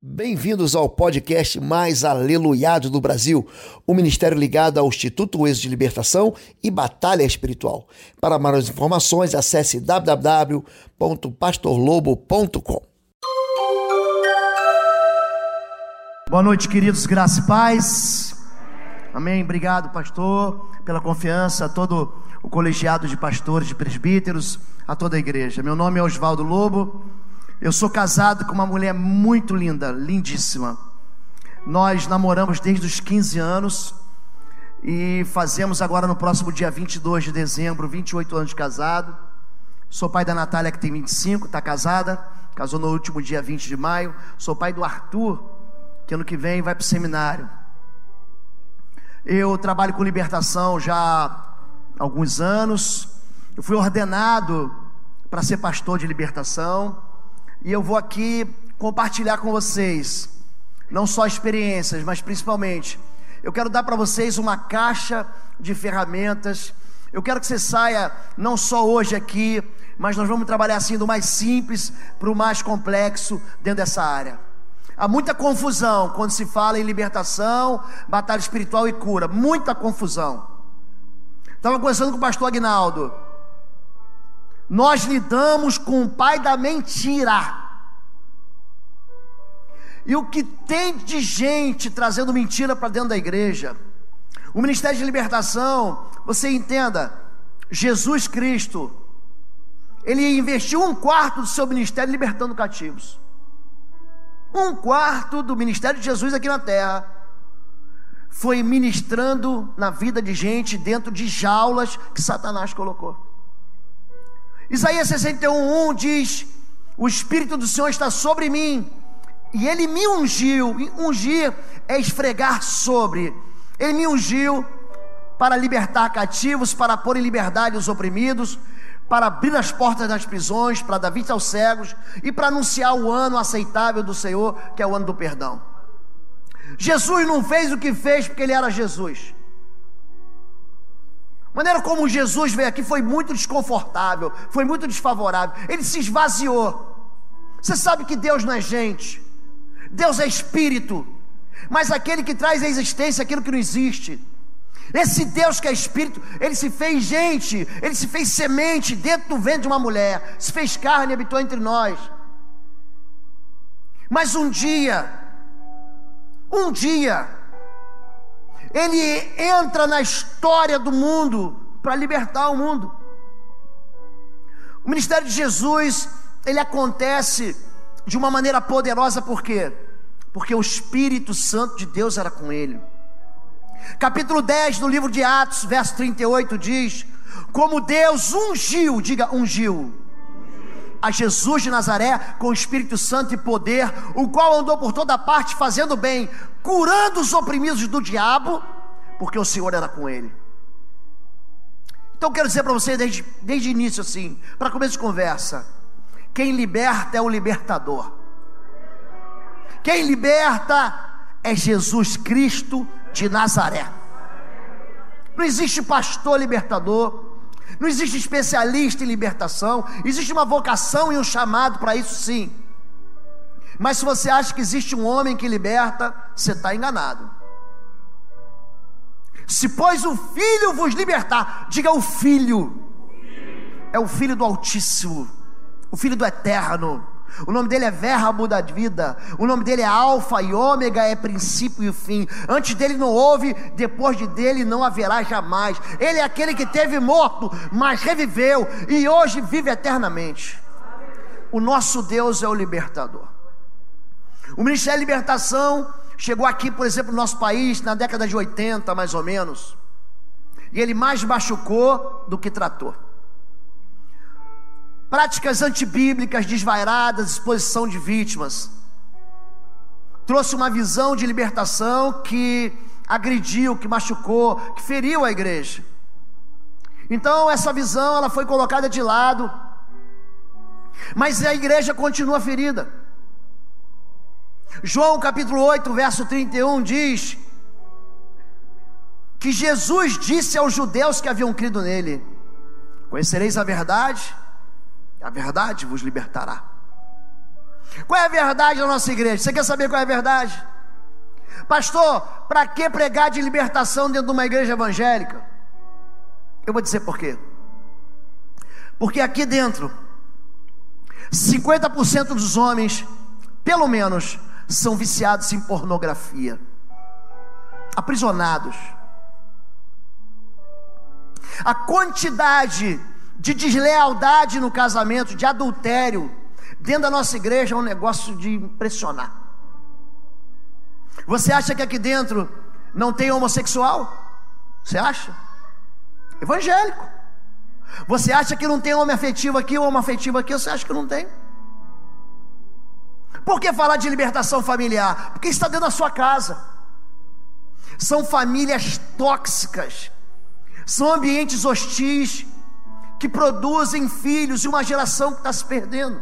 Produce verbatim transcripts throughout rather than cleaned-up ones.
Bem-vindos ao podcast mais aleluiado do Brasil, o ministério ligado ao Instituto Êxodo de Libertação e Batalha Espiritual. Para maiores informações, acesse w w w ponto pastor lobo ponto com. Boa noite, queridos, graça e paz. Amém. Obrigado, pastor, pela confiança, a todo o colegiado de pastores, de presbíteros, a toda a igreja. Meu nome é Osvaldo Lobo. Eu sou casado com uma mulher muito linda, lindíssima. Nós namoramos desde os quinze anos e fazemos agora no próximo dia vinte e dois de dezembro, vinte e oito anos de casado. Sou pai da Natália, que tem vinte e cinco, está casada, casou no último dia vinte de maio. Sou pai do Arthur, que ano que vem vai para o seminário. Eu trabalho com libertação já há alguns anos. Eu fui ordenado para ser pastor de libertação. E eu vou aqui compartilhar com vocês, não só experiências, mas principalmente, eu quero dar para vocês uma caixa de ferramentas. Eu quero que você saia, não só hoje aqui, mas nós vamos trabalhar assim do mais simples para o mais complexo dentro dessa área. Há muita confusão quando se fala em libertação, batalha espiritual e cura, muita confusão. Estava conversando com o pastor Aguinaldo. Nós lidamos com o pai da mentira. E o que tem de gente trazendo mentira para dentro da igreja? O ministério de libertação, você entenda, Jesus Cristo, ele investiu um quarto do seu ministério libertando cativos. Um quarto do ministério de Jesus aqui na terra foi ministrando na vida de gente dentro de jaulas que Satanás colocou. Isaías sessenta e um, um diz: o Espírito do Senhor está sobre mim, e Ele me ungiu. Ungir é esfregar sobre. Ele me ungiu para libertar cativos, para pôr em liberdade os oprimidos, para abrir as portas das prisões, para dar vista aos cegos, e para anunciar o ano aceitável do Senhor, que é o ano do perdão. Jesus não fez o que fez porque Ele era Jesus. A maneira como Jesus veio aqui foi muito desconfortável, foi muito desfavorável. Ele se esvaziou. Você sabe que Deus não é gente, Deus é espírito, mas aquele que traz à existência aquilo que não existe. Esse Deus que é espírito, Ele se fez gente, Ele se fez semente dentro do ventre de uma mulher, se fez carne e habitou entre nós. Mas um dia, um dia, Ele entra na história do mundo para libertar o mundo. O ministério de Jesus, ele acontece de uma maneira poderosa. Por quê? Porque o Espírito Santo de Deus era com ele. Capítulo dez do livro de Atos, verso trinta e oito diz: como Deus ungiu, diga ungiu, a Jesus de Nazaré com o Espírito Santo e poder, o qual andou por toda parte fazendo bem, curando os oprimidos do diabo, porque o Senhor era com ele. Então eu quero dizer para você desde, desde o início assim, para começo de conversa, quem liberta é o libertador. Quem liberta é Jesus Cristo de Nazaré. Não existe pastor libertador, não existe especialista em libertação. Existe uma vocação e um chamado para isso, sim. Mas se você acha que existe um homem que liberta, você está enganado. Se pois o Filho vos libertar, diga o Filho. É o Filho do Altíssimo, o Filho do Eterno. O nome dele é Verbo da vida. O nome dele é Alfa e Ômega, é princípio e o fim. Antes dele não houve, depois de dele não haverá jamais. Ele é aquele que teve morto, mas reviveu e hoje vive eternamente. O nosso Deus é o libertador. O Ministério de Libertação chegou aqui, por exemplo, no nosso país na década de oitenta, mais ou menos, e ele mais machucou do que tratou. Práticas antibíblicas, desvairadas, exposição de vítimas, trouxe uma visão de libertação que agrediu, que machucou, que feriu a igreja. Então essa visão ela foi colocada de lado, mas a igreja continua ferida. João capítulo oito, verso trinta e um diz que Jesus disse aos judeus que haviam crido nele: conhecereis a verdade, a verdade vos libertará. Qual é a verdade da nossa igreja? Você quer saber qual é a verdade? Pastor, para que pregar de libertação dentro de uma igreja evangélica? Eu vou dizer por quê. Porque aqui dentro, cinquenta por cento dos homens, pelo menos, são viciados em pornografia, aprisionados. A quantidade de deslealdade no casamento, de adultério, dentro da nossa igreja é um negócio de impressionar. Você acha que aqui dentro não tem homossexual? Você acha? Evangélico. Você acha que não tem homem afetivo aqui ou homem afetivo aqui? Você acha que não tem? Por que falar de libertação familiar? Porque está dentro da sua casa. São famílias tóxicas, são ambientes hostis que produzem filhos e uma geração que está se perdendo.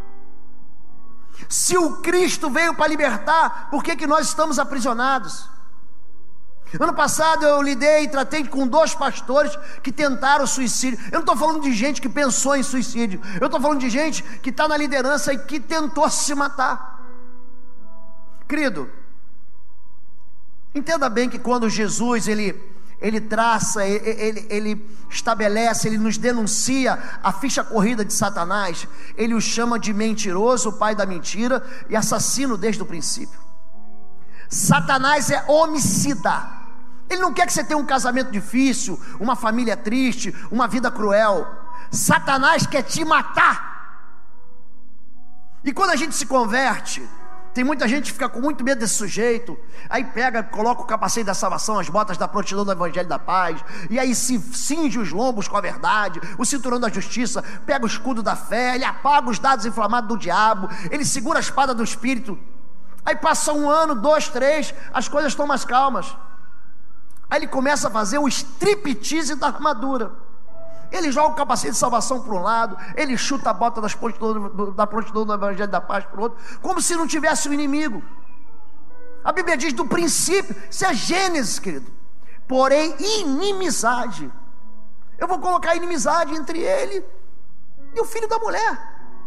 Se o Cristo veio para libertar, por que que nós estamos aprisionados? Ano passado eu lidei e tratei com dois pastores que tentaram suicídio. Eu não estou falando de gente que pensou em suicídio, eu estou falando de gente que está na liderança e que tentou se matar. Querido, entenda bem que quando Jesus ele, ele traça, ele, ele, ele estabelece, ele nos denuncia a ficha corrida de Satanás, ele o chama de mentiroso, o pai da mentira e assassino desde o princípio. Satanás é homicida. Ele não quer que você tenha um casamento difícil, uma família triste, uma vida cruel. Satanás quer te matar. E quando a gente se converte, tem muita gente que fica com muito medo desse sujeito, aí pega, coloca o capacete da salvação, as botas da prontidão do evangelho da paz, e aí se cinge os lombos com a verdade, o cinturão da justiça, pega o escudo da fé, ele apaga os dados inflamados do diabo, ele segura a espada do espírito. Aí passa um ano, dois, três, as coisas estão mais calmas. Aí ele começa a fazer o striptease da armadura. Ele joga o capacete de salvação para um lado, ele chuta a bota das prontidão, da prontidão do evangelho da paz para o outro, como se não tivesse um inimigo. A Bíblia diz do princípio, isso é Gênesis, querido. Porém, inimizade. Eu vou colocar inimizade entre ele e o filho da mulher.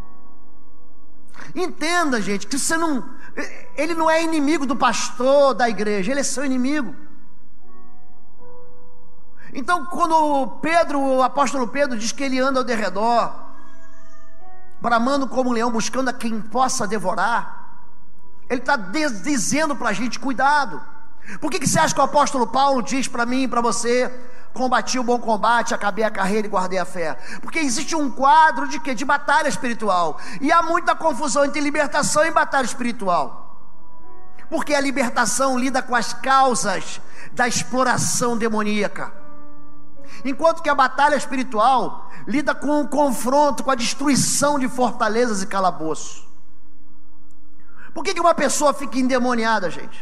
Entenda, gente, que você não, ele não é inimigo do pastor da igreja, ele é seu inimigo. Então, quando Pedro, o apóstolo Pedro diz que ele anda ao derredor, bramando como um leão, buscando a quem possa devorar, ele está dizendo para a gente, cuidado. Por que, que você acha que o apóstolo Paulo diz para mim e para você, combati o bom combate, acabei a carreira e guardei a fé? Porque existe um quadro de quê? De batalha espiritual, e há muita confusão entre libertação e batalha espiritual, porque a libertação lida com as causas da exploração demoníaca, enquanto que a batalha espiritual lida com o confronto, com a destruição de fortalezas e calabouços. Por que que uma pessoa fica endemoniada, gente?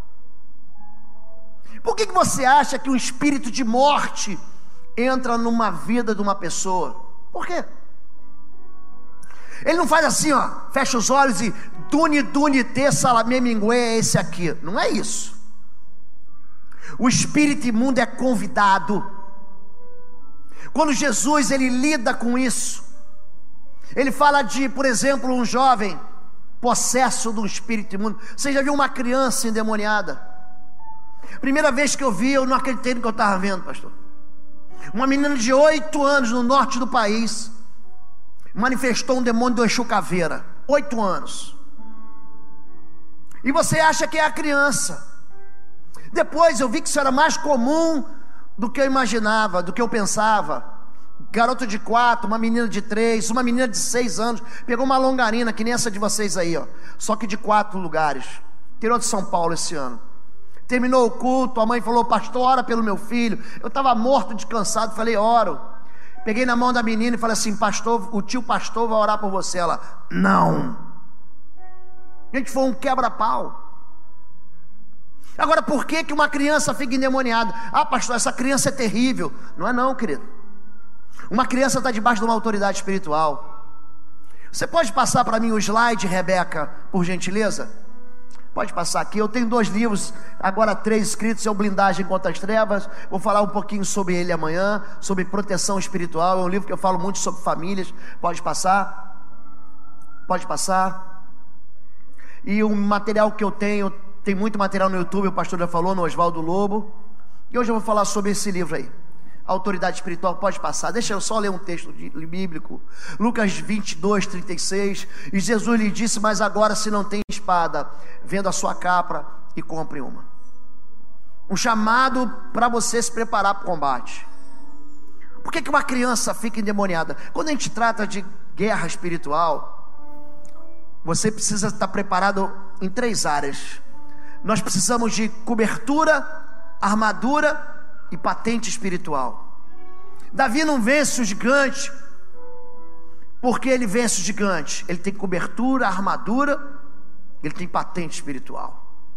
Por que que você acha que um espírito de morte entra numa vida de uma pessoa? Por quê? Ele não faz assim, ó, fecha os olhos e duni, duni, te, salamé, minguê, é esse aqui. Não é isso. O espírito imundo é convidado. Quando Jesus ele lida com isso, ele fala de, por exemplo, um jovem possesso de um espírito imundo. Você já viu uma criança endemoniada? Primeira vez que eu vi, eu não acreditei no que eu estava vendo, pastor. Uma menina de oito anos no norte do país manifestou um demônio do Exu Caveira. Oito anos. E você acha que é a criança. Depois eu vi que isso era mais comum do que eu imaginava, do que eu pensava. Garoto de quatro, uma menina de três, uma menina de seis anos, pegou uma longarina, que nem essa de vocês aí, ó, só que de quatro lugares, tirou de São Paulo esse ano. Terminou o culto, a mãe falou, pastor, ora pelo meu filho. Eu estava morto de cansado, falei, oro. Peguei na mão da menina e falei assim, pastor, o tio pastor vai orar por você. Ela, não. Gente, foi um quebra-pau. Agora, por que que uma criança fica endemoniada? Ah, pastor, essa criança é terrível. Não é não, querido. Uma criança está debaixo de uma autoridade espiritual. Você pode passar para mim o slide, Rebeca, por gentileza? Pode passar aqui, eu tenho dois livros, agora três escritos, é o Blindagem contra as Trevas. Vou falar um pouquinho sobre ele amanhã, sobre proteção espiritual. É um livro que eu falo muito sobre famílias. Pode passar, pode passar. E o material que eu tenho, tem muito material no YouTube, o pastor já falou, no Oswaldo Lobo. E hoje eu vou falar sobre esse livro aí, Autoridade Espiritual. Pode passar, deixa eu só ler um texto bíblico. Lucas vinte e dois, trinta e seis. E Jesus lhe disse: mas agora, se não tem espada, venda a sua capa e compre uma. Um chamado para você se preparar para o combate. Por que que uma criança fica endemoniada? Quando a gente trata de guerra espiritual, você precisa estar preparado em três áreas. Nós precisamos de cobertura, armadura e patente espiritual. Davi não vence o gigante porque ele vence o gigante. Ele tem cobertura, armadura, ele tem patente espiritual.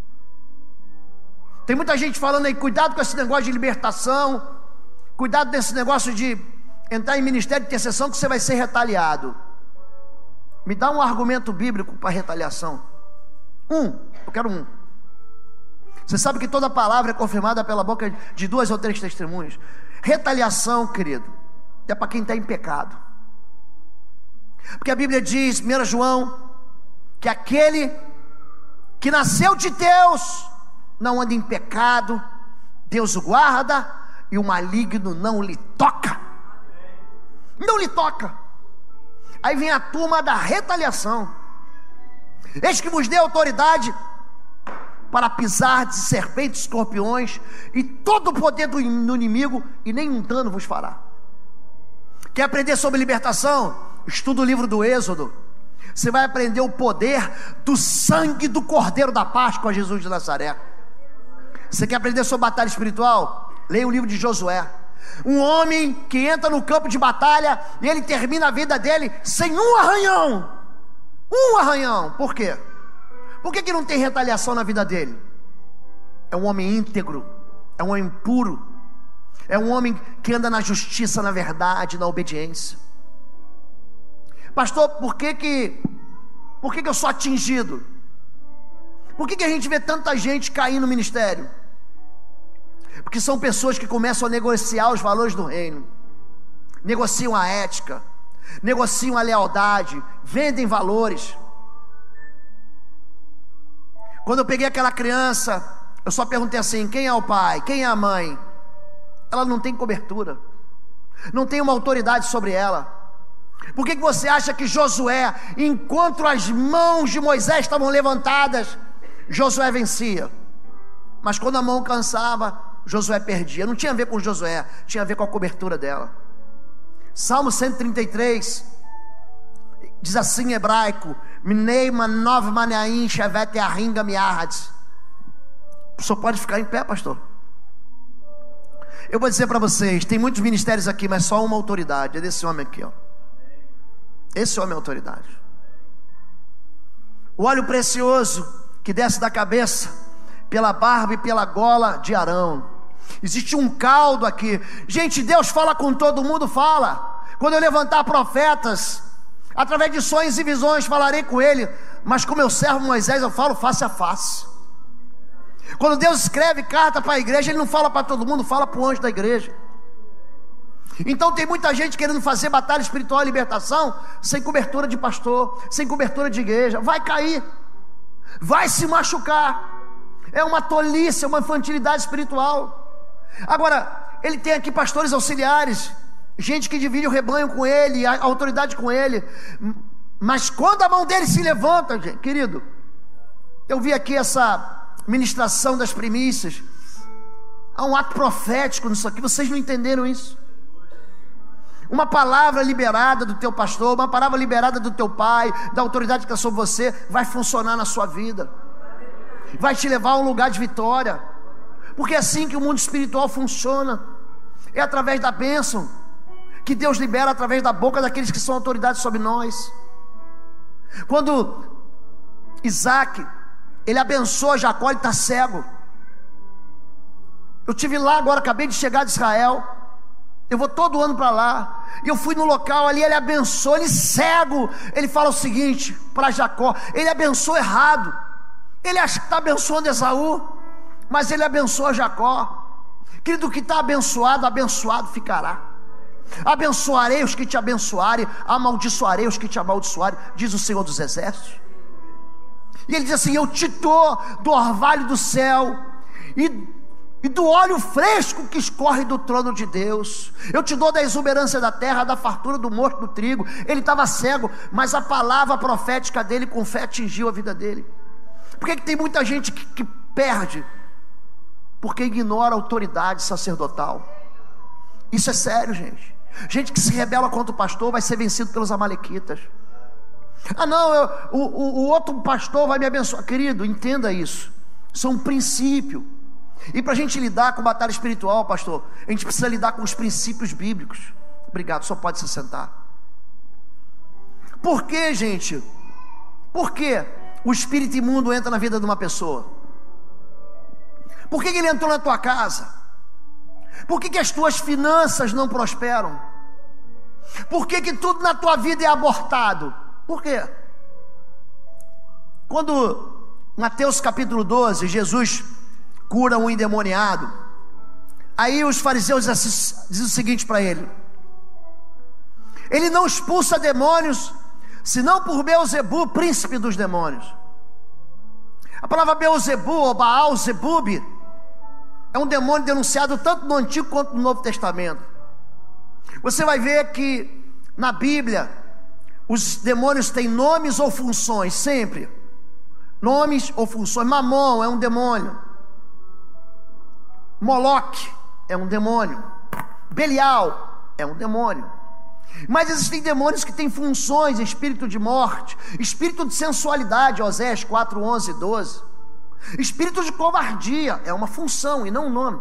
Tem muita gente falando aí, cuidado com esse negócio de libertação, cuidado desse negócio de entrar em ministério de intercessão, que você vai ser retaliado. Me dá um argumento bíblico para retaliação. Um, eu quero um. Você sabe que toda palavra é confirmada pela boca de duas ou três testemunhas. Retaliação, querido, é para quem está em pecado. Porque a Bíblia diz, primeiro João, que aquele que nasceu de Deus não anda em pecado, Deus o guarda e o maligno não lhe toca. Não lhe toca. Aí vem a turma da retaliação. Eis que vos dê autoridade para pisar de serpentes, escorpiões e todo o poder do inimigo, e nenhum dano vos fará. Quer aprender sobre libertação? Estuda o livro do Êxodo. Você vai aprender o poder do sangue do Cordeiro da Páscoa, Jesus de Nazaré. Você quer aprender sobre batalha espiritual? Leia o livro de Josué. Um homem que entra no campo de batalha e ele termina a vida dele sem um arranhão. Um arranhão. Por quê? Por que que não tem retaliação na vida dele? É um homem íntegro, é um homem puro, é um homem que anda na justiça, na verdade, na obediência. Pastor, por que que, por que que eu sou atingido? Por que que a gente vê tanta gente cair no ministério? Porque são pessoas que começam a negociar os valores do reino, negociam a ética, negociam a lealdade, vendem valores. Quando eu peguei aquela criança, eu só perguntei assim: quem é o pai? Quem é a mãe? Ela não tem cobertura, não tem uma autoridade sobre ela. Por que que você acha que Josué, enquanto as mãos de Moisés estavam levantadas, Josué vencia? Mas quando a mão cansava, Josué perdia. Não tinha a ver com Josué, tinha a ver com a cobertura dela. Salmo cento e trinta e três diz assim em hebraico: Minei manov maneaim shevet aringa miahad. O senhor pode ficar em pé, pastor? Eu vou dizer para vocês, tem muitos ministérios aqui, mas só uma autoridade, é desse homem aqui, ó. Esse homem é autoridade. O óleo precioso que desce da cabeça, pela barba e pela gola de Arão. Existe um caldo aqui. Gente, Deus fala com todo mundo, fala. Quando eu levantar profetas, através de sonhos e visões falarei com ele, mas com meu servo Moisés eu falo face a face. Quando Deus escreve carta para a igreja, ele não fala para todo mundo, fala para o anjo da igreja. Então tem muita gente querendo fazer batalha espiritual e libertação sem cobertura de pastor, sem cobertura de igreja. Vai cair, vai se machucar. É uma tolice, é uma infantilidade espiritual. Agora, ele tem aqui pastores auxiliares, gente que divide o rebanho com ele, a autoridade com ele. Mas quando a mão dele se levanta, gente, querido, eu vi aqui essa ministração das primícias. Há um ato profético nisso aqui, vocês não entenderam isso? Uma palavra liberada do teu pastor, uma palavra liberada do teu pai, da autoridade que está sobre você, vai funcionar na sua vida, vai te levar a um lugar de vitória. Porque é assim que o mundo espiritual funciona. É através da bênção que Deus libera, através da boca daqueles que são autoridades sobre nós. Quando Isaac, ele abençoa Jacó, ele está cego. Eu estive lá agora, acabei de chegar de Israel. Eu vou todo ano para lá. E eu fui no local ali, ele abençoa, ele cego. Ele fala o seguinte para Jacó: ele abençoa errado. Ele acha que está abençoando Esaú, mas ele abençoa Jacó. Querido, que está abençoado, abençoado ficará. Abençoarei os que te abençoarem, amaldiçoarei os que te amaldiçoarem, diz o Senhor dos Exércitos. E ele diz assim: eu te dou do orvalho do céu e, e do óleo fresco que escorre do trono de Deus. Eu te dou da exuberância da terra, da fartura do mosto do trigo. Ele estava cego, mas a palavra profética dele com fé atingiu a vida dele. Por que, que tem muita gente que, que perde? Porque ignora a autoridade sacerdotal. Isso é sério, gente. Gente que se rebela contra o pastor vai ser vencido pelos amalequitas. Ah não, eu, o, o, o outro pastor vai me abençoar. Querido, entenda isso. Isso é um princípio. E para a gente lidar com batalha espiritual, pastor, a gente precisa lidar com os princípios bíblicos. Obrigado, só pode se sentar. Por que, gente? Por que o espírito imundo entra na vida de uma pessoa? Por que ele entrou na tua casa? Por que, que as tuas finanças não prosperam? Por que, que tudo na tua vida é abortado? Por quê? Quando Mateus capítulo doze, Jesus cura um endemoniado, aí os fariseus dizem o seguinte para ele: ele não expulsa demônios senão por Beelzebu, príncipe dos demônios. A palavra Beelzebu ou Baal-Zebub é um demônio denunciado tanto no Antigo quanto no Novo Testamento. Você vai ver que na Bíblia os demônios têm nomes ou funções, sempre nomes ou funções. Mamon é um demônio, Moloque é um demônio, Belial é um demônio. Mas existem demônios que têm funções: espírito de morte, espírito de sensualidade, Osés quatro, onze e doze. Espírito de covardia é uma função e não um nome.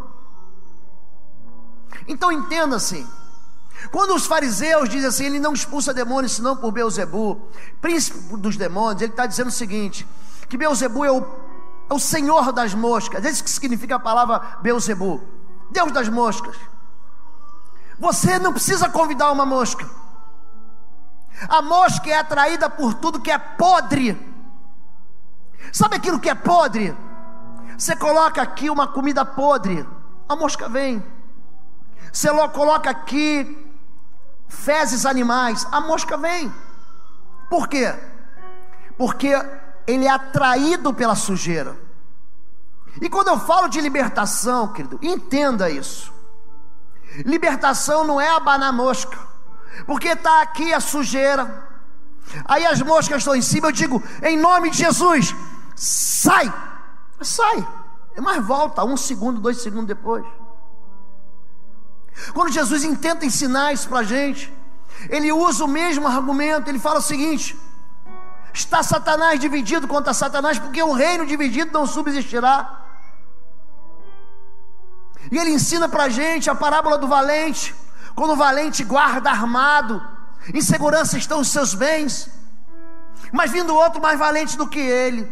Então entenda assim: quando os fariseus dizem assim, ele não expulsa demônios senão por Beelzebu, príncipe dos demônios, ele está dizendo o seguinte: que Beelzebu é o, é o senhor das moscas. É isso que significa a palavra Beelzebu, Deus das moscas. Você não precisa convidar uma mosca. A mosca é atraída por tudo que é podre. Sabe aquilo que é podre? Você coloca aqui uma comida podre, a mosca vem. Você coloca aqui fezes animais, a mosca vem. Por quê? Porque ele é atraído pela sujeira. E quando eu falo de libertação, querido, entenda isso. Libertação não é abanar mosca, porque está aqui a sujeira, aí as moscas estão em cima. Eu digo, em nome de Jesus, sai, sai, mas volta um segundo, dois segundos depois. Quando Jesus intenta ensinar isso para a gente, ele usa o mesmo argumento. Ele fala o seguinte: está Satanás dividido contra Satanás, porque um reino dividido não subsistirá. E ele ensina para a gente a parábola do valente. Quando o valente guarda armado, em segurança estão os seus bens, mas vindo outro mais valente do que ele,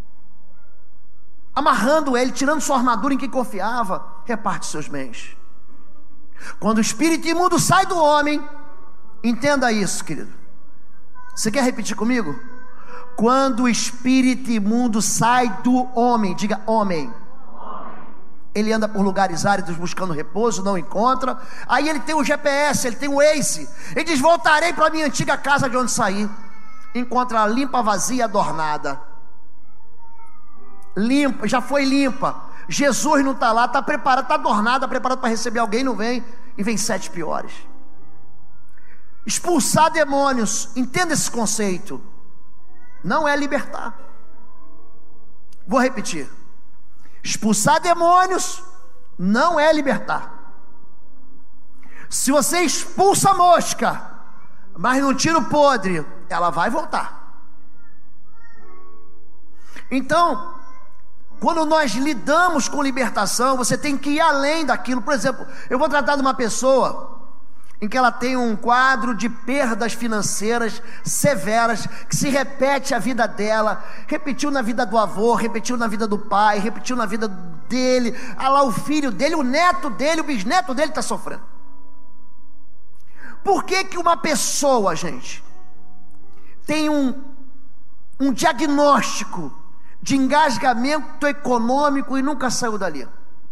amarrando ele, tirando sua armadura em que confiava, reparte seus bens. Quando o espírito imundo sai do homem, entenda isso, querido. Você quer repetir comigo? Quando o espírito imundo sai do homem, diga homem. Ele anda por lugares áridos buscando repouso, não encontra. Aí ele tem o G P S, ele tem o Waze. Ele diz: voltarei para a minha antiga casa de onde saí. Encontra ela limpa, vazia, adornada. Limpa, já foi limpa. Jesus não está lá, está preparado, está adornada, preparado para receber alguém, não vem. E vem sete piores. Expulsar demônios, entenda esse conceito, não é libertar. Vou repetir: expulsar demônios não é libertar. Se você expulsa a mosca, mas não tira o podre, ela vai voltar. Então, quando nós lidamos com libertação, você tem que ir além daquilo. Por exemplo, eu vou tratar de uma pessoa em que ela tem um quadro de perdas financeiras severas, que se repete a vida dela, repetiu na vida do avô, repetiu na vida do pai, repetiu na vida dele, ah lá o filho dele, o neto dele, o bisneto dele está sofrendo. Por que que uma pessoa, gente, tem um, um diagnóstico de engasgamento econômico e nunca saiu dali?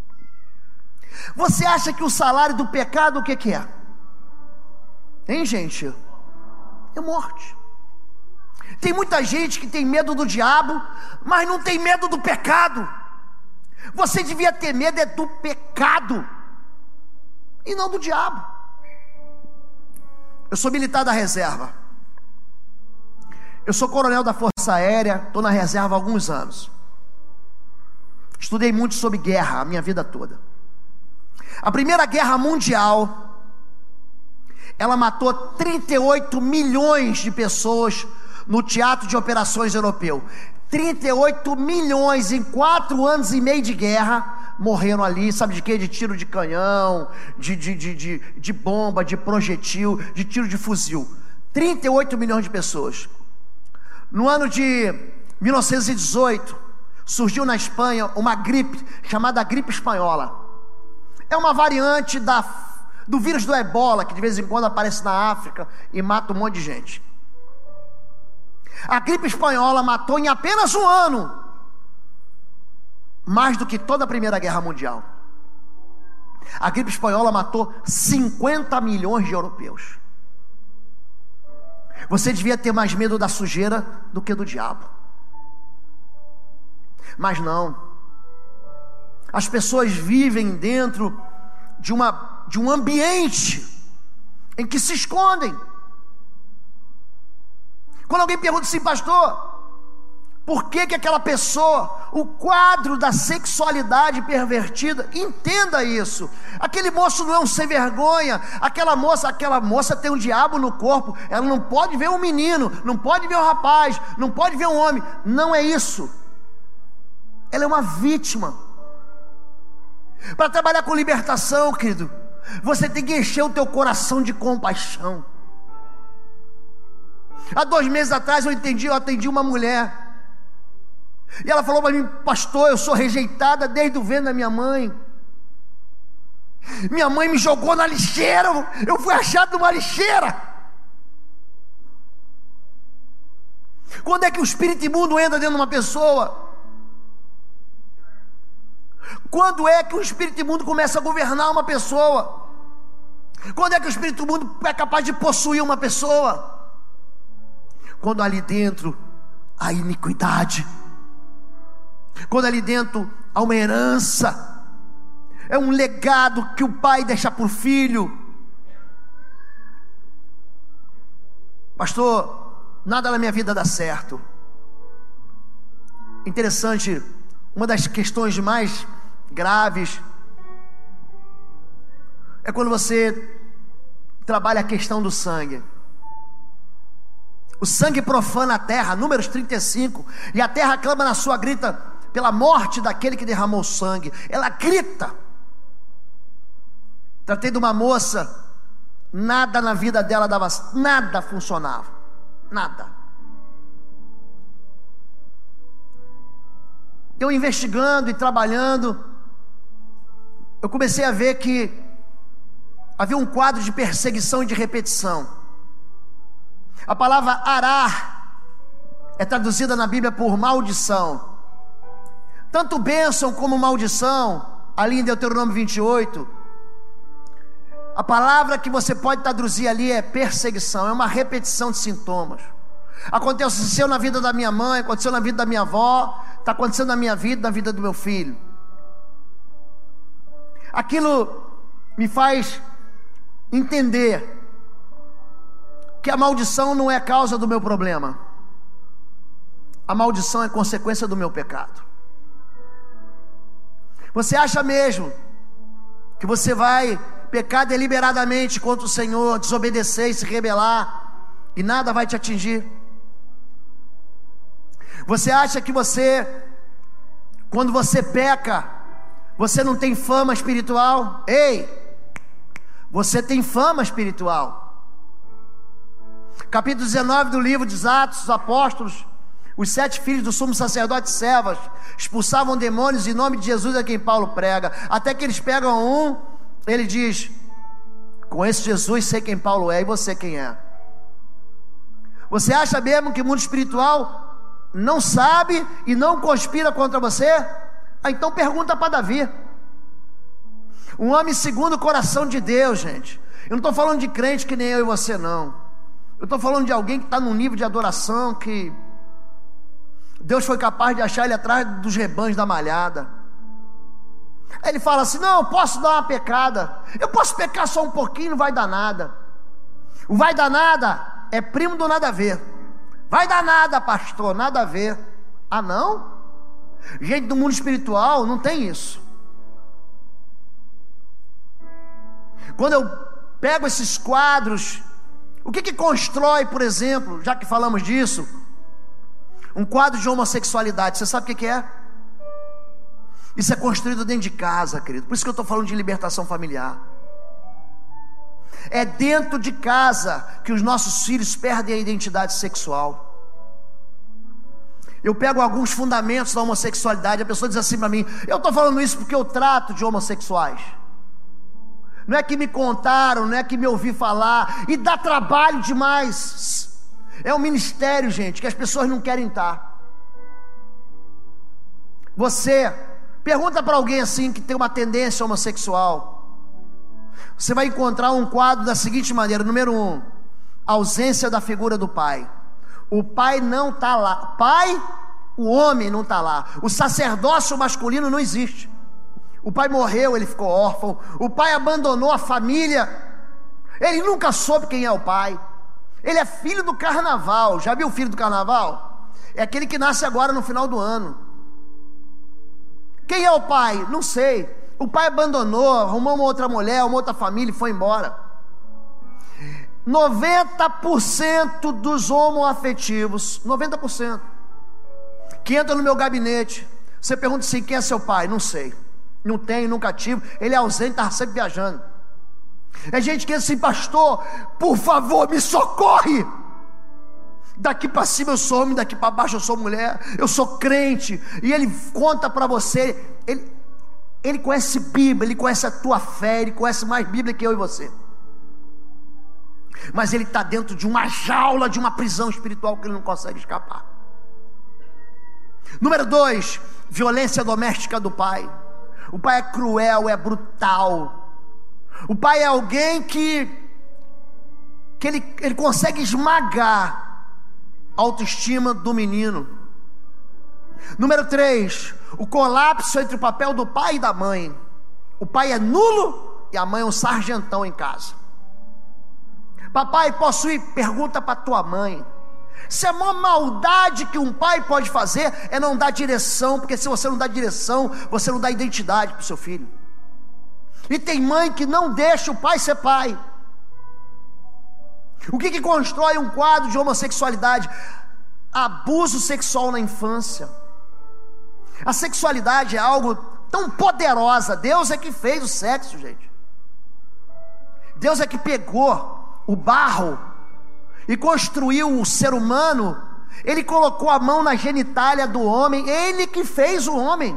Você acha que o salário do pecado o que que é? Hein, gente? É morte. Tem muita gente que tem medo do diabo, mas não tem medo do pecado. Você devia ter medo é do pecado e não do diabo. Eu sou militar da reserva. Eu sou coronel da Força Aérea, estou na reserva há alguns anos. Estudei muito sobre guerra a minha vida toda. A Primeira Guerra Mundial, ela matou trinta e oito milhões de pessoas no teatro de operações europeu. trinta e oito milhões em quatro anos e meio de guerra morreram ali, sabe de quê? De tiro de canhão, de, de, de, de, de bomba, de projetil, de tiro de fuzil. trinta e oito milhões de pessoas. No ano de mil novecentos e dezoito, surgiu na Espanha uma gripe chamada gripe espanhola. É uma variante da, do vírus do ebola, que de vez em quando aparece na África e mata um monte de gente. A gripe espanhola matou em apenas um ano mais do que toda a Primeira Guerra Mundial. A gripe espanhola matou cinquenta milhões de europeus. Você devia ter mais medo da sujeira do que do diabo. Mas não. As pessoas vivem dentro de, uma, de um ambiente em que se escondem. Quando alguém pergunta assim, pastor, por que que aquela pessoa, o quadro da sexualidade pervertida, entenda isso. Aquele moço não é um sem vergonha, aquela moça, aquela moça tem um diabo no corpo, ela não pode ver um menino, não pode ver um rapaz, não pode ver um homem. Não é isso. Ela é uma vítima. Para trabalhar com libertação, querido, você tem que encher o teu coração de compaixão. Há dois meses atrás eu entendi, eu atendi uma mulher, e ela falou para mim, pastor, eu sou rejeitada desde o ventre da minha mãe. Minha mãe me jogou na lixeira, eu fui achado numa lixeira. Quando é que o espírito imundo entra dentro de uma pessoa? Quando é que o espírito imundo começa a governar uma pessoa? Quando é que o espírito imundo é capaz de possuir uma pessoa? Quando ali dentro há iniquidade, quando ali dentro há uma herança, é um legado que o pai deixa para o filho. Pastor, nada na minha vida dá certo. Interessante, uma das questões mais graves é quando você trabalha a questão do sangue. O sangue profana a terra, Números trinta e cinco, e a terra clama na sua grita pela morte daquele que derramou sangue. Ela grita. Tratei de uma moça, nada na vida dela dava, nada funcionava, nada. Eu investigando e trabalhando, eu comecei a ver que havia um quadro de perseguição e de repetição. A palavra arar é traduzida na Bíblia por maldição. Tanto bênção como maldição, ali em Deuteronômio vinte e oito, a palavra que você pode traduzir ali é perseguição, é uma repetição de sintomas. Aconteceu na vida da minha mãe, aconteceu na vida da minha avó, está acontecendo na minha vida, na vida do meu filho. Aquilo me faz entender que a maldição não é causa do meu problema. A maldição é consequência do meu pecado. Você acha mesmo que você vai pecar deliberadamente contra o Senhor, desobedecer e se rebelar, e nada vai te atingir? Você acha que você, quando você peca, você não tem fama espiritual? Ei, você tem fama espiritual. Capítulo dezenove do livro de Atos dos Apóstolos, os sete filhos do sumo sacerdote Cefas expulsavam demônios em nome de Jesus, a quem Paulo prega. Até que eles pegam um, ele diz, com esse Jesus sei quem Paulo é, e você quem é? Você acha mesmo que o mundo espiritual não sabe e não conspira contra você? Ah, então pergunta para Davi. Um homem segundo o coração de Deus, gente. Eu não estou falando de crente que nem eu e você, não. Eu estou falando de alguém que está num nível de adoração que Deus foi capaz de achar ele atrás dos rebanhos da malhada. Aí ele fala assim: não, eu posso dar uma pecada, eu posso pecar só um pouquinho, não vai dar nada. O vai dar nada é primo do nada a ver. Vai dar nada, pastor, nada a ver. Ah, não? Gente do mundo espiritual não tem isso. Quando eu pego esses quadros, o que que constrói, por exemplo, já que falamos disso, um quadro de homossexualidade? Você sabe o que que é? Isso é construído dentro de casa, querido. Por isso que eu estou falando de libertação familiar. É dentro de casa que os nossos filhos perdem a identidade sexual. Eu pego alguns fundamentos da homossexualidade. A pessoa diz assim para mim: eu estou falando isso porque eu trato de homossexuais. Não é que me contaram, não é que me ouvi falar. E dá trabalho demais. É um ministério, gente, que as pessoas não querem estar. Você pergunta para alguém assim que tem uma tendência homossexual, você vai encontrar um quadro da seguinte maneira: número um, ausência da figura do pai. O pai não está lá. Pai, o homem não está lá. O sacerdócio masculino não existe. O pai morreu, ele ficou órfão. O pai abandonou a família. Ele nunca soube quem é o pai. Ele é filho do carnaval. Já viu o filho do carnaval? É aquele que nasce agora no final do ano. Quem é o pai? Não sei. O pai abandonou, arrumou uma outra mulher, uma outra família e foi embora. noventa por cento dos homoafetivos, noventa por cento, que entram no meu gabinete, você pergunta assim: quem é seu pai? Não sei, não tenho, nunca tive, ele é ausente, está sempre viajando. É gente que diz assim: pastor, por favor, me socorre. Daqui para cima eu sou homem, daqui para baixo eu sou mulher, eu sou crente. E ele conta para você, ele, ele conhece Bíblia, ele conhece a tua fé, ele conhece mais Bíblia que eu e você. Mas ele está dentro de uma jaula, de uma prisão espiritual que ele não consegue escapar. Número dois, violência doméstica do pai. O pai é cruel, é brutal. O pai é alguém que, que ele, ele consegue esmagar a autoestima do menino. Número três, o colapso entre o papel do pai e da mãe. O pai é nulo e a mãe é um sargentão em casa. Papai, posso ir? Pergunta para tua mãe. Se a maior maldade que um pai pode fazer é não dar direção, porque se você não dá direção, você não dá identidade para o seu filho. E tem mãe que não deixa o pai ser pai. O que que constrói um quadro de homossexualidade? Abuso sexual na infância. A sexualidade é algo tão poderosa. Deus é que fez o sexo, gente. Deus é que pegou o barro e construiu o ser humano. Ele colocou a mão na genitália do homem. Ele que fez o homem.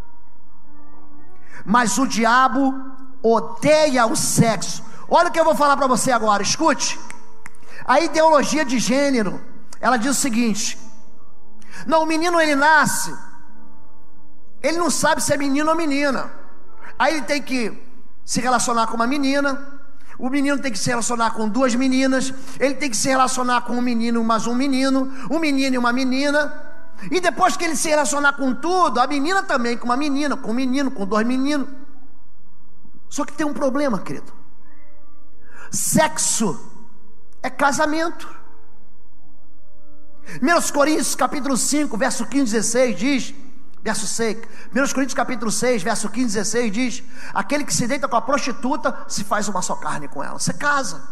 Mas o diabo odeia o sexo. Olha o que eu vou falar para você agora, escute. A ideologia de gênero, ela diz o seguinte: não, o menino ele nasce, ele não sabe se é menino ou menina. Aí ele tem que se relacionar com uma menina, o menino tem que se relacionar com duas meninas, ele tem que se relacionar com um menino mais um menino, um menino e uma menina. E depois que ele se relacionar com tudo, a menina também com uma menina, com um menino, com dois meninos. Só que tem um problema, querido. Sexo é casamento. primeira Coríntios capítulo cinco, verso quinze e dezesseis diz, verso seis, primeira Coríntios capítulo seis, verso quinze e dezesseis diz: aquele que se deita com a prostituta se faz uma só carne com ela. Você casa.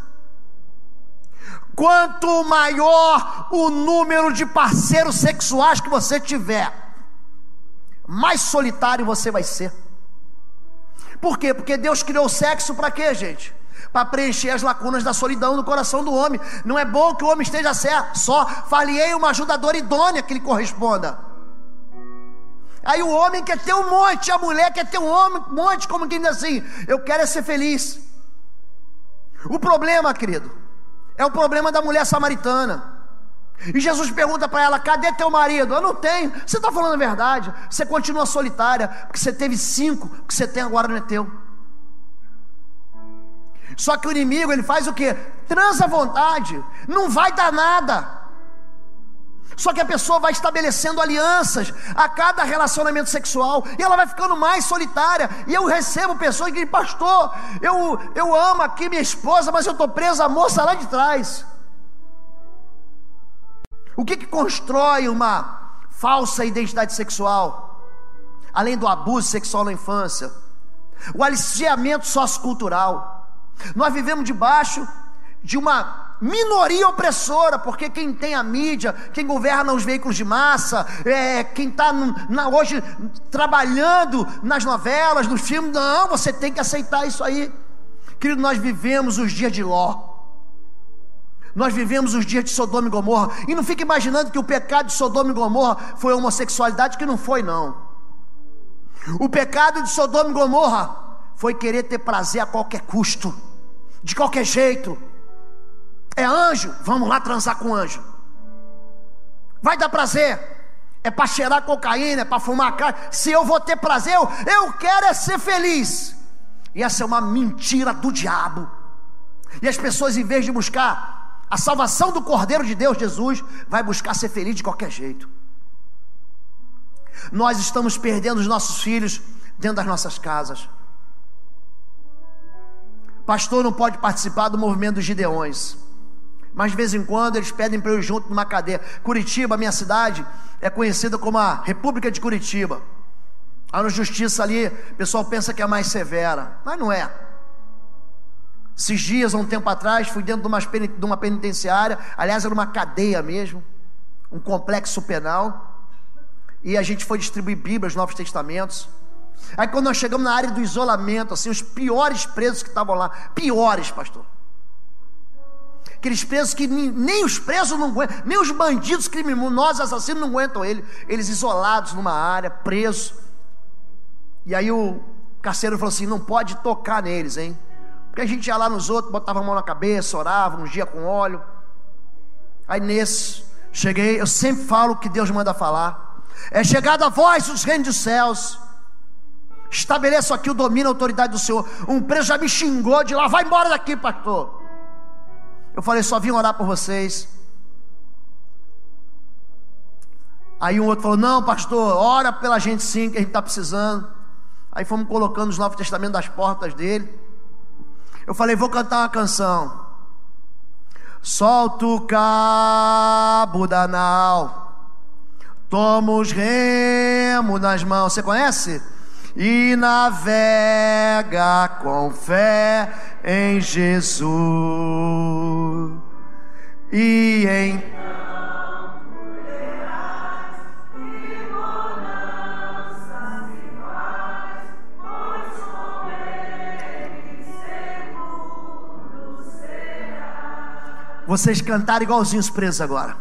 Quanto maior o número de parceiros sexuais que você tiver, mais solitário você vai ser. Por quê? Porque Deus criou o sexo para quê, gente? Para preencher as lacunas da solidão no coração do homem. Não é bom que o homem esteja certo, só falhei uma ajudadora idônea que lhe corresponda. Aí o homem quer ter um monte, a mulher quer ter um homem, um monte, como quem diz assim: eu quero é ser feliz. O problema, querido, é o problema da mulher samaritana. E Jesus pergunta para ela: cadê teu marido? Eu não tenho. Você está falando a verdade. Você continua solitária, porque você teve cinco, o que você tem agora não é teu. Só que o inimigo, ele faz o quê? Transa à vontade, não vai dar nada. Só que a pessoa vai estabelecendo alianças a cada relacionamento sexual, e ela vai ficando mais solitária. E eu recebo pessoas que dizem: pastor, eu, eu amo aqui minha esposa, mas eu estou preso à moça lá de trás. O que que constrói uma falsa identidade sexual? Além do abuso sexual na infância, o aliciamento sociocultural. Nós vivemos debaixo de uma minoria opressora, porque quem tem a mídia, quem governa os veículos de massa, é, quem está hoje trabalhando nas novelas, nos filmes, não, você tem que aceitar isso aí. Querido, nós vivemos os dias de Ló, nós vivemos os dias de Sodoma e Gomorra, e não fique imaginando que o pecado de Sodoma e Gomorra foi a homossexualidade, que não foi não. O pecado de Sodoma e Gomorra foi querer ter prazer a qualquer custo, de qualquer jeito. É anjo, vamos lá transar com anjo. Vai dar prazer, é para cheirar cocaína, é para fumar carne. Se eu vou ter prazer, eu, eu quero é ser feliz. E essa é uma mentira do diabo. E as pessoas, em vez de buscar a salvação do Cordeiro de Deus, Jesus, vai buscar ser feliz de qualquer jeito. Nós estamos perdendo os nossos filhos dentro das nossas casas. Pastor não pode participar do movimento dos Gideões, mas de vez em quando eles pedem para eu ir junto numa cadeia. Curitiba, minha cidade, é conhecida como a República de Curitiba. A justiça ali, o pessoal pensa que é mais severa, mas não é. Esses dias, há um tempo atrás, fui dentro de uma, de uma penitenciária, aliás era uma cadeia mesmo, um complexo penal, e a gente foi distribuir Bíblias, Novos Testamentos. Aí quando nós chegamos na área do isolamento, assim, os piores presos que estavam lá, piores, pastor, aqueles presos que nem, nem os presos não aguentam, nem os bandidos criminosos, assassinos não aguentam ele, eles isolados numa área, presos. E aí o carcereiro falou assim: não pode tocar neles, hein? Porque a gente ia lá nos outros, botava a mão na cabeça, orava, uns dias com óleo. Aí nesse, cheguei, eu sempre falo o que Deus manda falar: é chegada a voz dos reinos dos céus, estabeleço aqui o domínio e a autoridade do Senhor. Um preso já me xingou de lá: vai embora daqui, pastor. Eu falei: só vim orar por vocês. Aí um outro falou: não, pastor, ora pela gente sim, que a gente está precisando. Aí fomos colocando os Novos Testamentos das portas dele. Eu falei: vou cantar uma canção. Solta o cabo da nau, toma os remos nas mãos. Você conhece? E navega com fé em Jesus. E em vocês cantaram igualzinho os presos agora.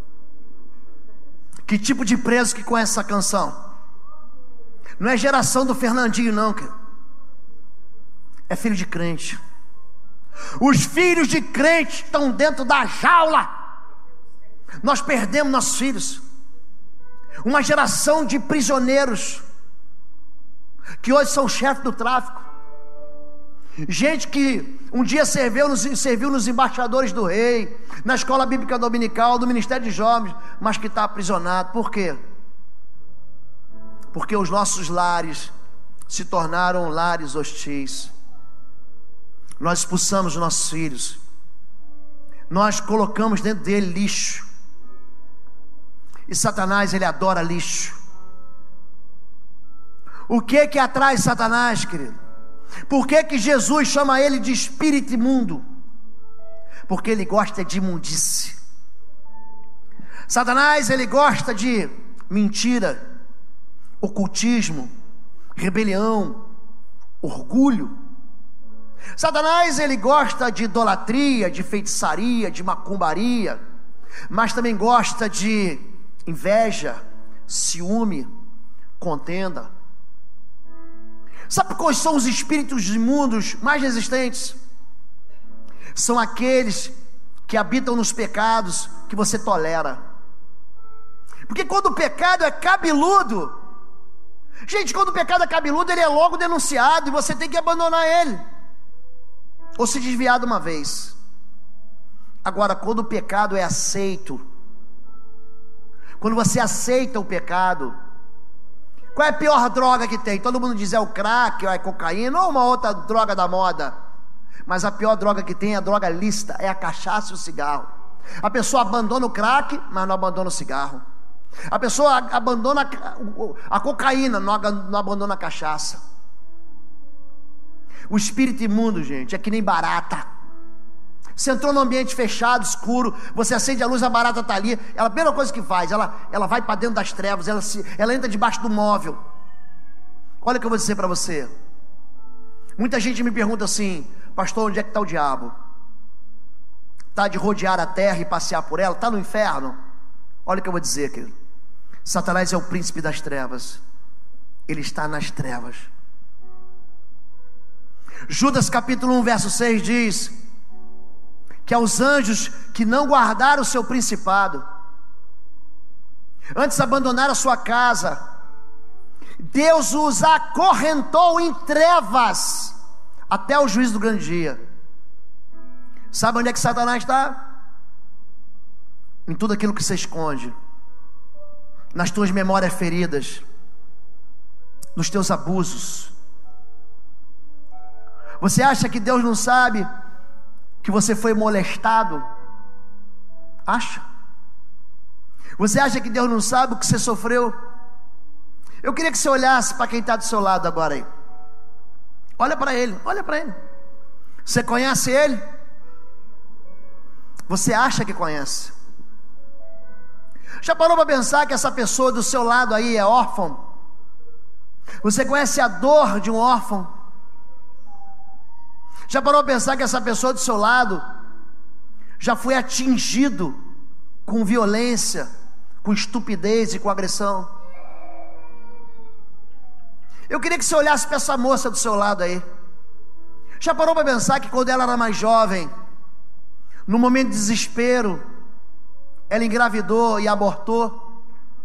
Que tipo de preso que conhece essa canção? Não é geração do Fernandinho não, cara. É filho de crente. Os filhos de crente estão dentro da jaula. Nós perdemos nossos filhos. Uma geração de prisioneiros, que hoje são chefes do tráfico. Gente que um dia serviu nos, serviu nos embaixadores do rei, na escola bíblica dominical, do ministério de jovens, mas que está aprisionado. Por quê? Porque os nossos lares se tornaram lares hostis. Nós expulsamos os nossos filhos, nós colocamos dentro dele lixo. E Satanás, ele adora lixo. O que que atrai Satanás, querido? Por que que Jesus chama ele de espírito imundo? Porque ele gosta de imundície. Satanás, ele gosta de mentira, ocultismo, rebelião, orgulho. Satanás, ele gosta de idolatria, de feitiçaria, de macumbaria, mas também gosta de inveja, ciúme, contenda. Sabe quais são os espíritos imundos mais resistentes? São aqueles que habitam nos pecados que você tolera. Porque quando o pecado é cabeludo, gente, quando o pecado é cabeludo, ele é logo denunciado e você tem que abandonar ele. ou se desviado uma vez. Agora, quando o pecado é aceito, quando você aceita o pecado, qual é a pior droga que tem? Todo mundo diz é o crack, ou é a cocaína, ou uma outra droga da moda. Mas a pior droga que tem é a droga lícita, é a cachaça e o cigarro. A pessoa abandona o crack, mas não abandona o cigarro. A pessoa abandona a cocaína, não abandona a cachaça. O espírito imundo, gente, é que nem barata. Você entrou num ambiente fechado, escuro, você acende a luz, a barata está ali. Ela, a primeira coisa que faz, ela, ela vai para dentro das trevas, ela, se, ela entra debaixo do móvel. Olha o que eu vou dizer para você. Muita gente me pergunta assim: pastor, onde é que está o diabo? Está de rodear a terra e passear por ela? Está no inferno? Olha o que eu vou dizer, querido. Satanás é o príncipe das trevas. Ele está nas trevas. Judas capítulo um verso seis diz que aos anjos que não guardaram o seu principado, antes abandonaram a sua casa, Deus os acorrentou em trevas até o juízo do grande dia. Sabe onde é que Satanás está? Em tudo aquilo que você esconde, nas tuas memórias feridas, nos teus abusos. Você acha que Deus não sabe que você foi molestado? Acha? Você acha que Deus não sabe o que você sofreu? Eu queria que você olhasse para quem está do seu lado agora aí. Olha para ele, olha para ele. Você conhece ele? Você acha que conhece? Já parou para pensar que essa pessoa do seu lado aí é órfão? Você conhece a dor de um órfão? Já parou para pensar que essa pessoa do seu lado já foi atingido com violência, com estupidez e com agressão? Eu queria que você olhasse para essa moça do seu lado aí. Já parou para pensar que quando ela era mais jovem, no momento de desespero, ela engravidou e abortou,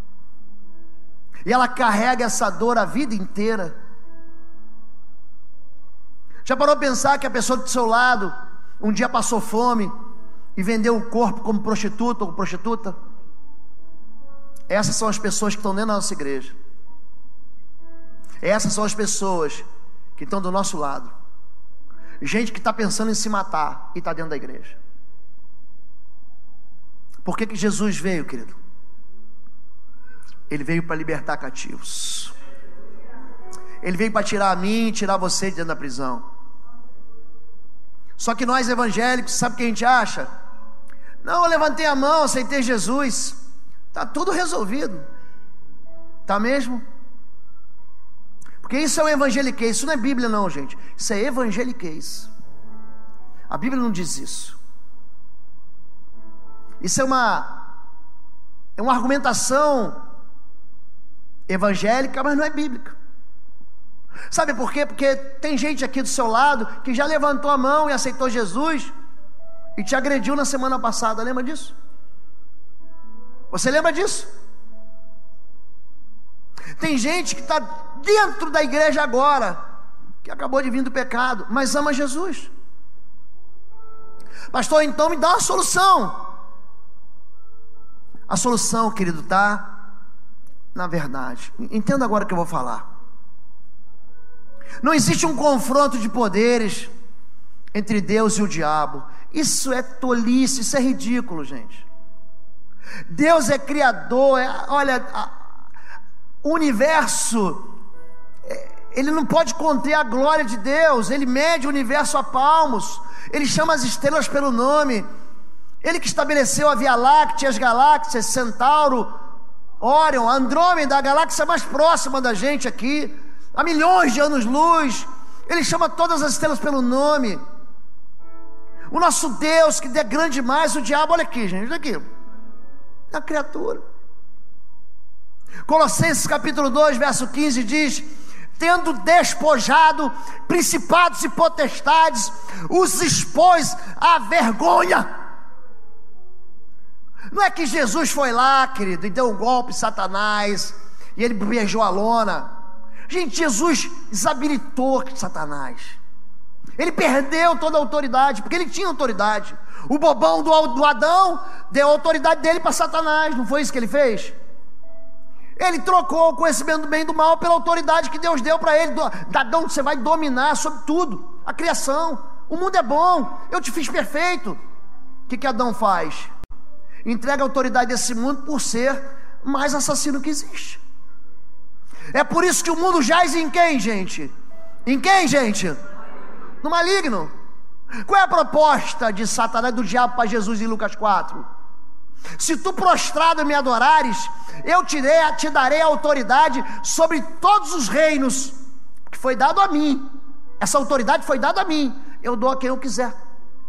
e ela carrega essa dor a vida inteira? Já parou a pensar que a pessoa do seu lado um dia passou fome e vendeu o corpo como prostituta ou prostituta? Essas são as pessoas que estão dentro da nossa igreja. Essas são as pessoas que estão do nosso lado. Gente que está pensando em se matar e está dentro da igreja. Por que que Jesus veio, querido? Ele veio para libertar cativos. Ele veio para tirar a mim e tirar você de dentro da prisão. Só que nós evangélicos, sabe o que a gente acha? Não, eu levantei a mão, aceitei Jesus, está tudo resolvido. Está mesmo? Porque isso é um evangeliquez. Isso não é Bíblia não, gente. Isso é evangeliquez. A Bíblia não diz isso. Isso é uma É uma argumentação evangélica, mas não é bíblica. Sabe por quê? Porque tem gente aqui do seu lado que já levantou a mão e aceitou Jesus e te agrediu na semana passada. Lembra disso? Você lembra disso? Tem gente que está dentro da igreja agora, que acabou de vir do pecado, mas ama Jesus. Pastor, então me dá uma solução. A solução, querido, está na verdade. Entenda agora o que eu vou falar. Não existe um confronto de poderes entre Deus e o diabo. Isso é tolice, isso é ridículo, gente. Deus é criador, é, olha, a, o universo, é, ele não pode conter a glória de Deus. Ele mede o universo a palmos, ele chama as estrelas pelo nome. Ele que estabeleceu a Via Láctea, as galáxias, Centauro, Órion, Andrômeda, a galáxia mais próxima da gente aqui, há milhões de anos-luz. Ele chama todas as estrelas pelo nome. O nosso Deus, que é grande demais, o diabo, olha aqui, gente, olha aqui, é a criatura. Colossenses capítulo dois, verso quinze diz: tendo despojado principados e potestades, os expôs à vergonha. Não é que Jesus foi lá, querido, e deu um golpe em Satanás, e ele beijou a lona. Gente, Jesus desabilitou Satanás. Ele perdeu toda a autoridade, porque ele tinha autoridade. O bobão do, do Adão deu a autoridade dele para Satanás. Não foi isso que ele fez? Ele trocou o conhecimento do bem e do mal pela autoridade que Deus deu para ele. Adão, você vai dominar sobre tudo, a criação. O mundo é bom, eu te fiz perfeito. O que que Adão faz? Entrega a autoridade desse mundo por ser mais assassino que existe. É por isso que o mundo jaz em quem, gente? Em quem, gente? No maligno. Qual é a proposta de Satanás, do diabo para Jesus em Lucas quatro? Se tu prostrado me adorares, eu te, dei, te darei autoridade sobre todos os reinos que foi dado a mim. Essa autoridade foi dada a mim, eu dou a quem eu quiser.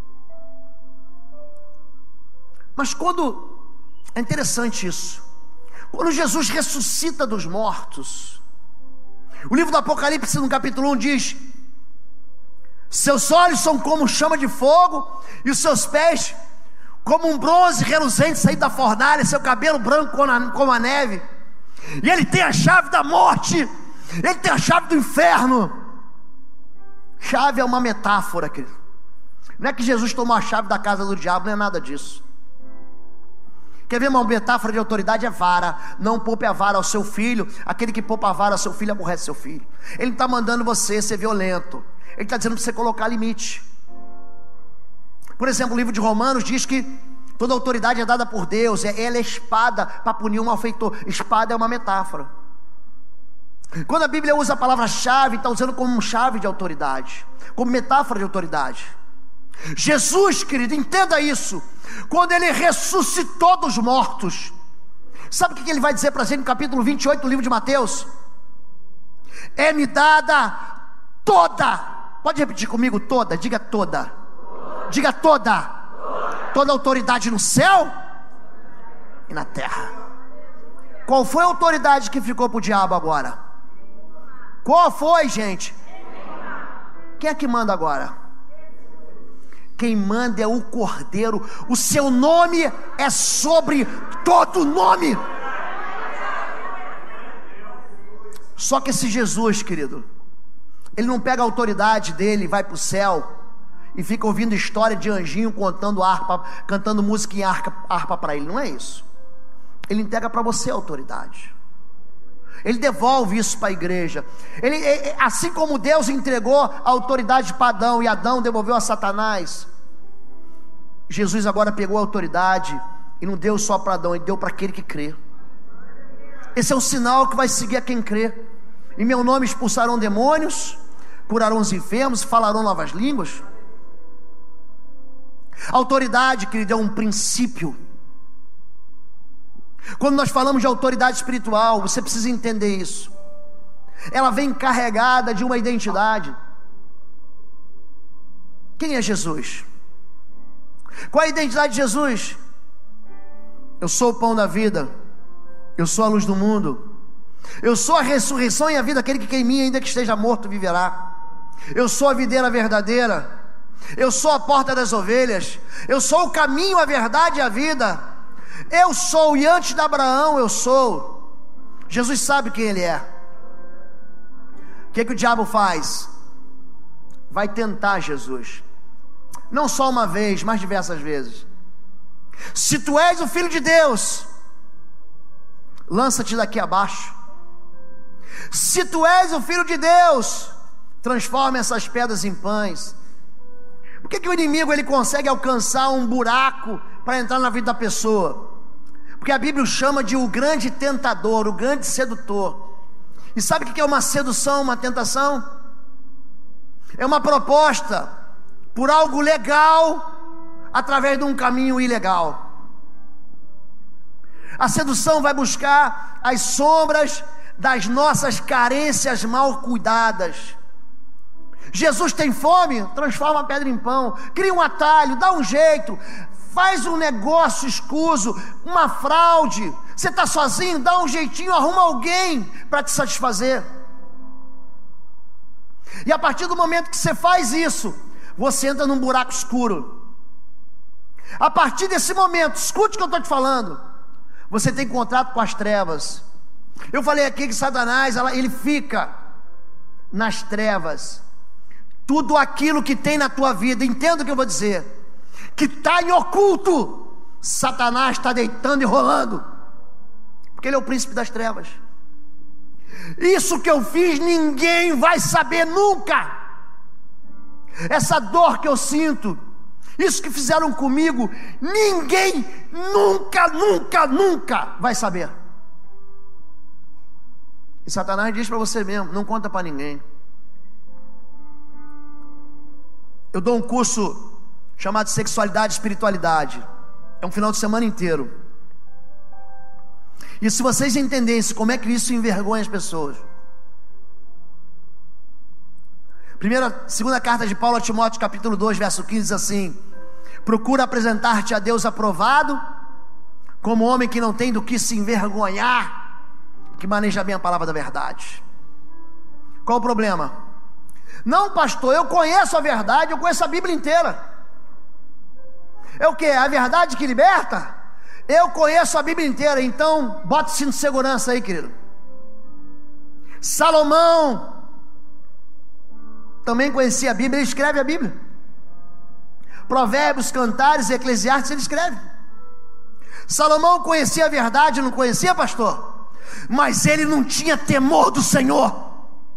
Mas quando, é interessante isso, quando Jesus ressuscita dos mortos, o livro do Apocalipse no capítulo um diz: seus olhos são como chama de fogo, e os seus pés como um bronze reluzente saído da fornalha, seu cabelo branco como a neve, e ele tem a chave da morte, ele tem a chave do inferno. Chave é uma metáfora, querido. Não é que Jesus tomou a chave da casa do diabo, não é nada disso. Quer ver uma metáfora de autoridade? É vara. Não poupe a vara ao seu filho. Aquele que poupa a vara ao seu filho aborrece seu filho. Ele não está mandando você ser violento, ele está dizendo para você colocar limite. Por exemplo, o livro de Romanos diz que toda autoridade é dada por Deus. Ela é espada para punir um malfeitor. Espada é uma metáfora. Quando a Bíblia usa a palavra chave, está usando como chave de autoridade, como metáfora de autoridade. Jesus, querido, entenda isso. Quando ele ressuscitou dos mortos, sabe o que ele vai dizer para a gente no capítulo vinte e oito do livro de Mateus? É-me dada toda, pode repetir comigo, toda, diga toda, toda. Diga toda. toda Toda autoridade no céu e na terra. Qual foi a autoridade que ficou para o diabo agora? Qual foi, gente? Quem é que manda agora? Quem manda é o Cordeiro. O seu nome é sobre todo nome. Só que esse Jesus, querido, ele não pega a autoridade dele, vai para o céu e fica ouvindo história de anjinho contando harpa, cantando música em harpa, harpa para ele. Não é isso. Ele entrega para você a autoridade. Ele devolve isso para a igreja. Ele, assim como Deus entregou a autoridade para Adão e Adão devolveu a Satanás, Jesus agora pegou a autoridade e não deu só para Adão, ele deu para aquele que crê. Esse é um sinal que vai seguir a quem crê. Em meu nome expulsarão demônios, curarão os enfermos, falarão novas línguas. A autoridade, querido, é um princípio. Quando nós falamos de autoridade espiritual, você precisa entender isso. Ela vem carregada de uma identidade. Quem é Jesus? Qual é a identidade de Jesus? Eu sou o pão da vida, eu sou a luz do mundo, eu sou a ressurreição e a vida. Aquele que crê em mim, ainda que esteja morto, viverá. Eu sou a videira verdadeira, eu sou a porta das ovelhas, eu sou o caminho, a verdade e a vida. Eu sou, e antes de Abraão eu sou. Jesus sabe quem ele é. O que, que o diabo faz? Vai tentar Jesus, não só uma vez, mas diversas vezes. Se tu és o Filho de Deus, lança-te daqui abaixo. Se tu és o Filho de Deus, transforma essas pedras em pães. Por que, que o inimigo ele consegue alcançar um buraco para entrar na vida da pessoa? Porque a Bíblia o chama de o grande tentador, o grande sedutor. E sabe o que é uma sedução, uma tentação? É uma proposta por algo legal através de um caminho ilegal. A sedução vai buscar as sombras das nossas carências mal cuidadas. Jesus tem fome? Transforma a pedra em pão. Cria um atalho, dá um jeito, faz um negócio escuso, uma fraude. Você está sozinho? Dá um jeitinho, arruma alguém para te satisfazer. E a partir do momento que você faz isso, você entra num buraco escuro. A partir desse momento, escute o que eu estou te falando, você tem contato com as trevas. Eu falei aqui que Satanás, ela, ele fica nas trevas tudo aquilo que tem na tua vida, entenda o que eu vou dizer, que está em oculto, Satanás está deitando e rolando, porque ele é o príncipe das trevas. Isso que eu fiz, ninguém vai saber nunca. Essa dor que eu sinto, isso que fizeram comigo, ninguém nunca, nunca, nunca vai saber. E Satanás diz para você mesmo: não conta para ninguém. Eu dou um curso chamado Sexualidade e Espiritualidade. É um final de semana inteiro. E se vocês entendessem como é que isso envergonha as pessoas. Primeira, segunda carta de Paulo a Timóteo, capítulo dois, verso quinze, diz assim: procura apresentar-te a Deus aprovado, como homem que não tem do que se envergonhar, que maneja bem a palavra da verdade. Qual o problema? Não, pastor, eu conheço a verdade, eu conheço a Bíblia inteira. É o que? A verdade que liberta? Eu conheço a Bíblia inteira, então bota o cinto de segurança aí, querido. Salomão também conhecia a Bíblia, ele escreve a Bíblia. Provérbios, Cantares e Eclesiastes ele escreve. Salomão conhecia a verdade, não conhecia, pastor? Mas ele não tinha temor do Senhor.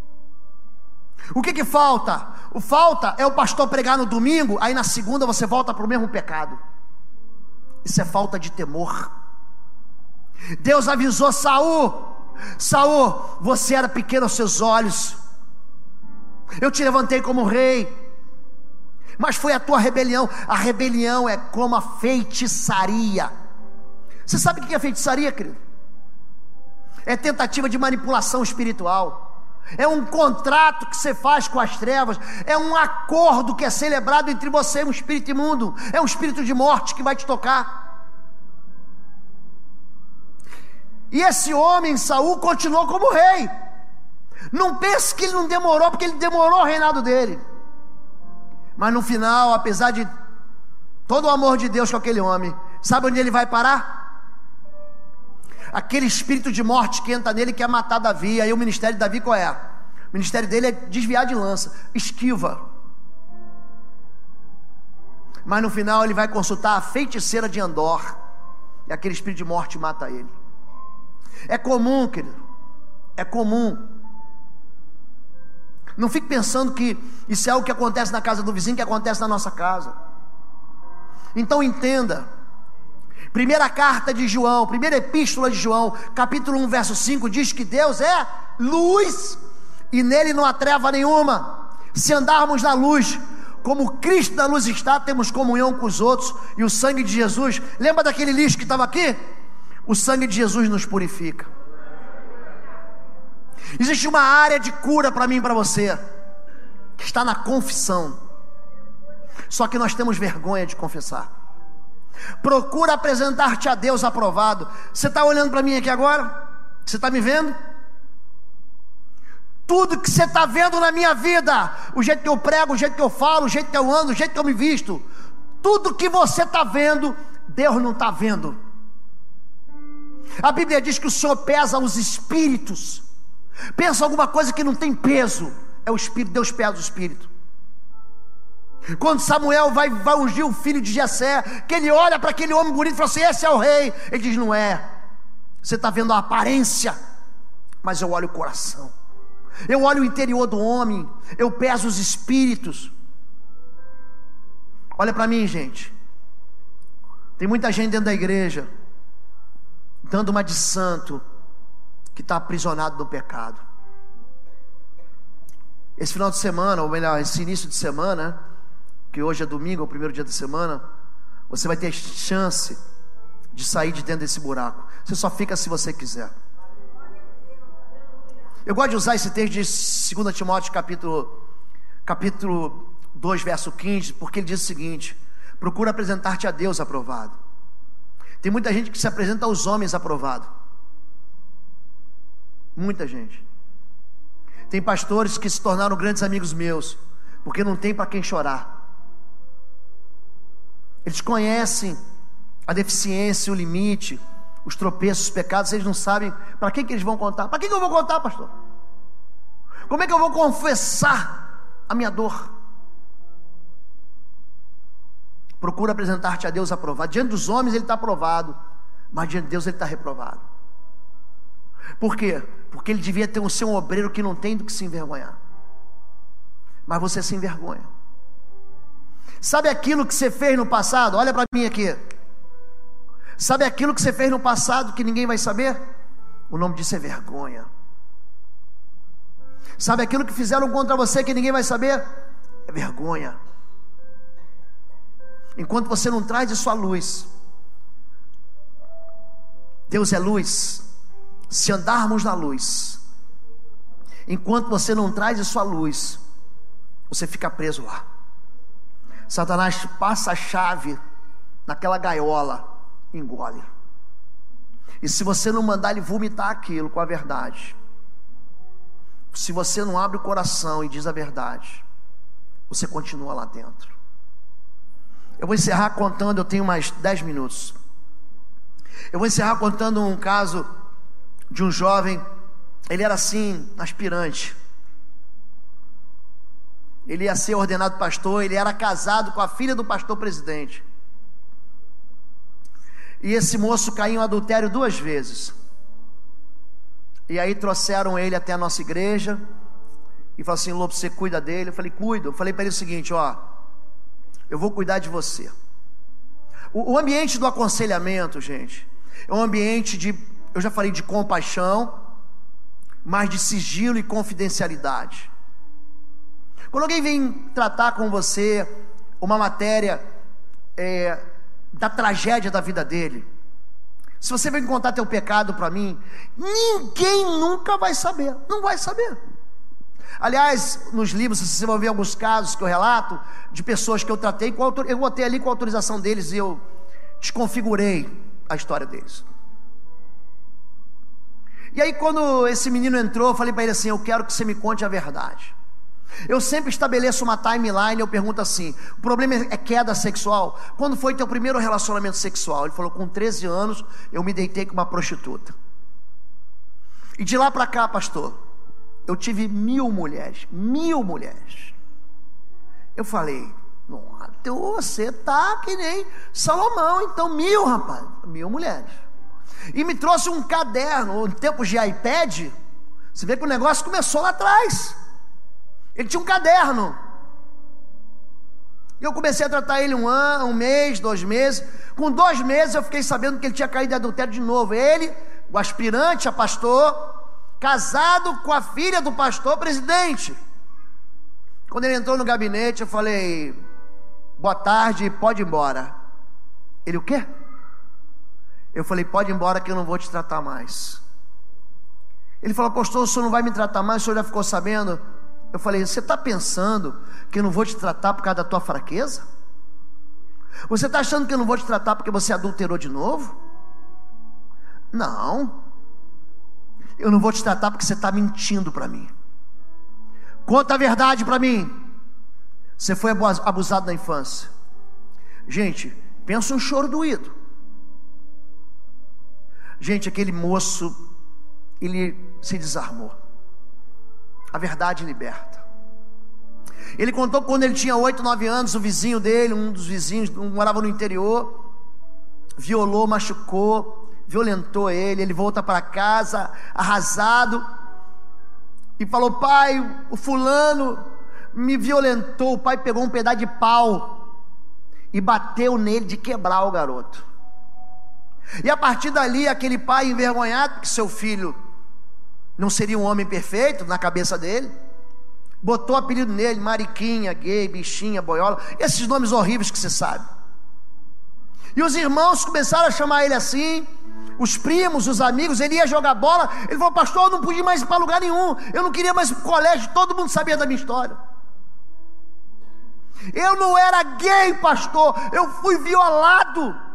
O que que falta? O falta é o pastor pregar no domingo, aí na segunda você volta para o mesmo pecado. Isso é falta de temor. Deus avisou Saul: Saul, você era pequeno aos seus olhos, eu te levantei como rei, mas foi a tua rebelião. A rebelião é como a feitiçaria. Você sabe o que é feitiçaria, querido? É tentativa de manipulação espiritual. É um contrato que você faz com as trevas. É um acordo que é celebrado entre você e um espírito imundo. É um espírito de morte que vai te tocar. E esse homem, Saul, continuou como rei. Não pense que ele não demorou, porque ele demorou o reinado dele. Mas no final, apesar de todo o amor de Deus com aquele homem, sabe onde ele vai parar? Aquele espírito de morte que entra nele, quer matar Davi. Aí o ministério de Davi qual é? O ministério dele é desviar de lança, esquiva. Mas no final ele vai consultar a feiticeira de Endor, e aquele espírito de morte mata ele. É comum, querido, é comum. Não fique pensando que isso é algo que acontece na casa do vizinho, que acontece na nossa casa. Então entenda. Primeira carta de João, primeira epístola de João, capítulo um, verso cinco, diz que Deus é luz, e nele não há treva nenhuma. Se andarmos na luz, como Cristo na luz está, temos comunhão com os outros, e o sangue de Jesus, lembra daquele lixo que estava aqui? O sangue de Jesus nos purifica. Existe uma área de cura para mim e para você, que está na confissão, só que nós temos vergonha de confessar. Procura apresentar-te a Deus aprovado. Você está olhando para mim aqui agora? Você está me vendo? Tudo que você está vendo na minha vida, o jeito que eu prego, o jeito que eu falo, o jeito que eu ando, o jeito que eu me visto, tudo que você está vendo, Deus não está vendo. A Bíblia diz que o Senhor pesa os espíritos. Pensa alguma coisa que não tem peso, é o Espírito. Deus pesa o Espírito. Quando Samuel vai, vai ungir o filho de Jessé, que ele olha para aquele homem bonito e fala assim: esse é o rei. Ele diz: não é, você está vendo a aparência, mas eu olho o coração, eu olho o interior do homem, eu peso os espíritos. Olha para mim, gente, tem muita gente dentro da igreja dando uma de santo, que está aprisionado no pecado. Esse final de semana, ou melhor, esse início de semana, que hoje é domingo, é o primeiro dia da semana, você vai ter chance de sair de dentro desse buraco. Você só fica se você quiser. Eu gosto de usar esse texto de segunda Timóteo capítulo, capítulo dois, verso quinze, porque ele diz o seguinte: procura apresentar-te a Deus aprovado. Tem muita gente que se apresenta aos homens aprovado. Muita gente. Tem pastores que se tornaram grandes amigos meus, porque não tem para quem chorar. Eles conhecem a deficiência, o limite, os tropeços, os pecados. Eles não sabem para quem que eles vão contar. Para quem que eu vou contar, pastor? Como é que eu vou confessar a minha dor? Procura apresentar-te a Deus aprovado. Diante dos homens ele está aprovado, mas diante de Deus ele está reprovado. Por quê? Porque ele devia ter um ser um obreiro que não tem do que se envergonhar. Mas você se envergonha. Sabe aquilo que você fez no passado? Olha para mim aqui. Sabe aquilo que você fez no passado que ninguém vai saber? O nome disso é vergonha. Sabe aquilo que fizeram contra você que ninguém vai saber? É vergonha. Enquanto você não traz isso à luz, Deus é luz. Se andarmos na luz, enquanto você não traz isso à luz, você fica preso lá. Satanás passa a chave naquela gaiola, engole. E se você não mandar ele vomitar aquilo com a verdade, se você não abre o coração e diz a verdade, você continua lá dentro. Eu vou encerrar contando, eu tenho mais dez minutos. Eu vou encerrar contando um caso de um jovem. Ele era assim, aspirante. Ele ia ser ordenado pastor. Ele era casado com a filha do pastor presidente. E esse moço caiu em adultério duas vezes. E aí trouxeram ele até a nossa igreja e falaram assim: Lobo, você cuida dele? Eu falei: cuido. Eu falei para ele o seguinte: ó, eu vou cuidar de você. O, o ambiente do aconselhamento, gente, é um ambiente de, eu já falei de compaixão, mas de sigilo e confidencialidade. Quando alguém vem tratar com você uma matéria é, da tragédia da vida dele, se você vem contar teu pecado para mim, ninguém nunca vai saber, não vai saber. Aliás, nos livros você vai ver alguns casos que eu relato de pessoas que eu tratei, com autor... eu botei ali com a autorização deles e eu desconfigurei a história deles. E aí quando esse menino entrou, eu falei para ele assim: eu quero que você me conte a verdade. Eu sempre estabeleço uma timeline, eu pergunto assim: o problema é queda sexual? Quando foi teu primeiro relacionamento sexual? Ele falou: com treze anos eu me deitei com uma prostituta. E de lá para cá, pastor, eu tive mil mulheres, mil mulheres. Eu falei: nossa, você tá que nem Salomão, então mil, rapaz, mil mulheres. E me trouxe um caderno, em tempos de iPad. Você vê que o negócio começou lá atrás. Ele tinha um caderno. E eu comecei a tratar ele um ano, um mês, dois meses. Com dois meses eu fiquei sabendo que ele tinha caído em adultério de novo. Ele, o aspirante a pastor, casado com a filha do pastor presidente. Quando ele entrou no gabinete, eu falei: boa tarde, pode ir embora. Ele: o quê? Eu falei: pode ir embora que eu não vou te tratar mais. Ele falou: pastor, o senhor não vai me tratar mais, o senhor já ficou sabendo? Eu falei: você está pensando que eu não vou te tratar por causa da tua fraqueza? Você está achando que eu não vou te tratar porque você adulterou de novo? Não. Eu não vou te tratar porque você está mentindo para mim. Conta a verdade para mim. Você foi abusado na infância. Gente, pensa um choro doído. Gente, aquele moço, ele se desarmou. A verdade liberta. Ele contou que quando ele tinha oito, nove anos, o vizinho dele, um dos vizinhos, um morava no interior, violou, machucou, violentou ele. Ele volta para casa arrasado e falou: pai, o fulano me violentou. O pai pegou um pedaço de pau e bateu nele de quebrar o garoto. E a partir dali, aquele pai envergonhado, que seu filho não seria um homem perfeito na cabeça dele, botou apelido nele: mariquinha, gay, bichinha, boiola, esses nomes horríveis que você sabe. E os irmãos começaram a chamar ele assim, os primos, os amigos. Ele ia jogar bola, ele falou: pastor, eu não podia mais ir para lugar nenhum, eu não queria mais ir para o colégio, todo mundo sabia da minha história. Eu não era gay, pastor, eu fui violado.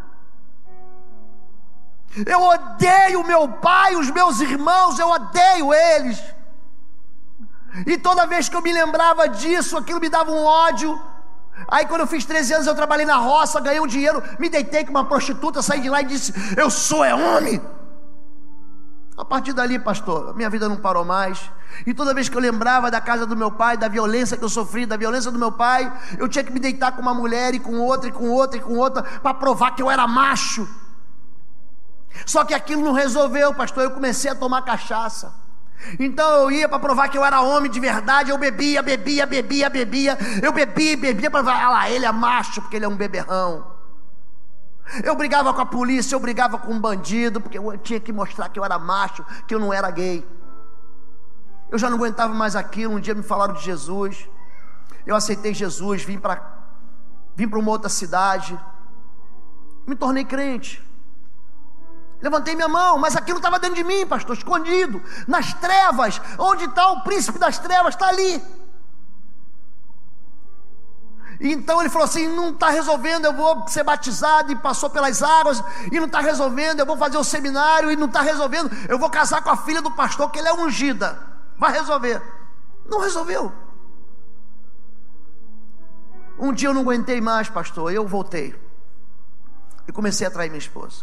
Eu odeio meu pai, os meus irmãos, eu odeio eles. E toda vez que eu me lembrava disso, aquilo me dava um ódio. Aí quando eu fiz treze anos, eu trabalhei na roça, ganhei um dinheiro, me deitei com uma prostituta, saí de lá e disse: eu sou é homem. A partir dali, pastor, minha vida não parou mais. E toda vez que eu lembrava da casa do meu pai, da violência que eu sofri, da violência do meu pai, eu tinha que me deitar com uma mulher e com outra, e com outra, e com outra, para provar que eu era macho. Só que aquilo não resolveu, pastor. Eu comecei a tomar cachaça. Então eu ia para provar que eu era homem de verdade. Eu bebia, bebia, bebia, bebia. Eu bebia, bebia para falar, ah lá, ele é macho porque ele é um beberrão. Eu brigava com a polícia, eu brigava com um bandido, porque eu tinha que mostrar que eu era macho, que eu não era gay. Eu já não aguentava mais aquilo. Um dia me falaram de Jesus. Eu aceitei Jesus, vim para vim para uma outra cidade, me tornei crente. Levantei minha mão, mas aquilo estava dentro de mim, pastor, escondido, nas trevas. Onde está o príncipe das trevas? Está ali. E então ele falou assim, não está resolvendo, eu vou ser batizado, e passou pelas águas, e não está resolvendo, eu vou fazer o seminário, e não está resolvendo, eu vou casar com a filha do pastor, que ele é ungida, vai resolver. Não resolveu. Um dia eu não aguentei mais, pastor, eu voltei, e comecei a trair minha esposa.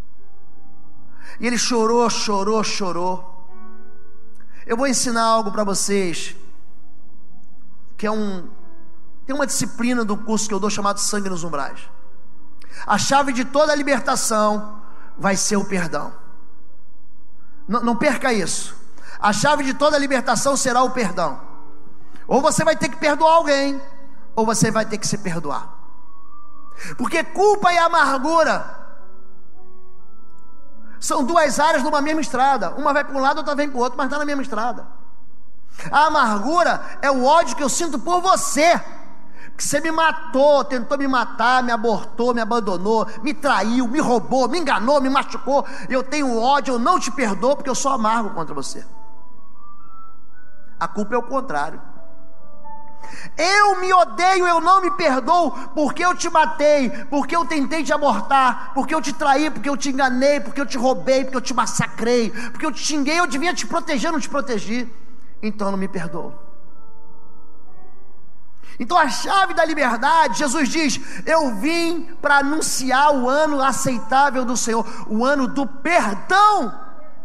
E ele chorou, chorou, chorou. Eu vou ensinar algo para vocês, que é um... Tem uma disciplina do curso que eu dou chamado Sangue nos Umbrais. A chave de toda a libertação vai ser o perdão. Não, não perca isso. A chave de toda a libertação será o perdão. Ou você vai ter que perdoar alguém, ou você vai ter que se perdoar. Porque culpa e amargura são duas áreas numa mesma estrada. Uma vai para um lado, outra vem para o outro, mas está na mesma estrada. A amargura é o ódio que eu sinto por você, que você me matou, tentou me matar, me abortou, me abandonou, me traiu, me roubou, me enganou, me machucou. Eu tenho ódio, eu não te perdoo porque eu sou amargo contra você. A culpa é o contrário. Eu me odeio, eu não me perdoo porque eu te matei, porque eu tentei te abortar, porque eu te traí, porque eu te enganei, porque eu te roubei, porque eu te massacrei, porque eu te xinguei, eu devia te proteger, não te protegi. Então eu não me perdoo. Então a chave da liberdade, Jesus diz, eu vim para anunciar o ano aceitável do Senhor, o ano do perdão.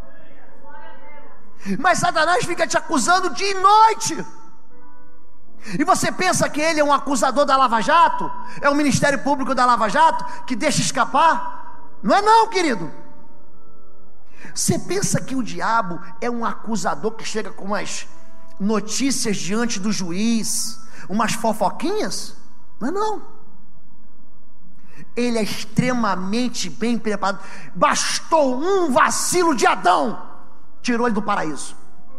Mas Satanás fica te acusando dia e noite, e você pensa que ele é um acusador da Lava Jato, é um Ministério Público da Lava Jato, que deixa escapar? Não é não, querido. Você pensa que o diabo é um acusador que chega com umas notícias diante do juiz, umas fofoquinhas? Não é não. Ele é extremamente bem preparado. Bastou um vacilo de Adão, tirou ele do paraíso.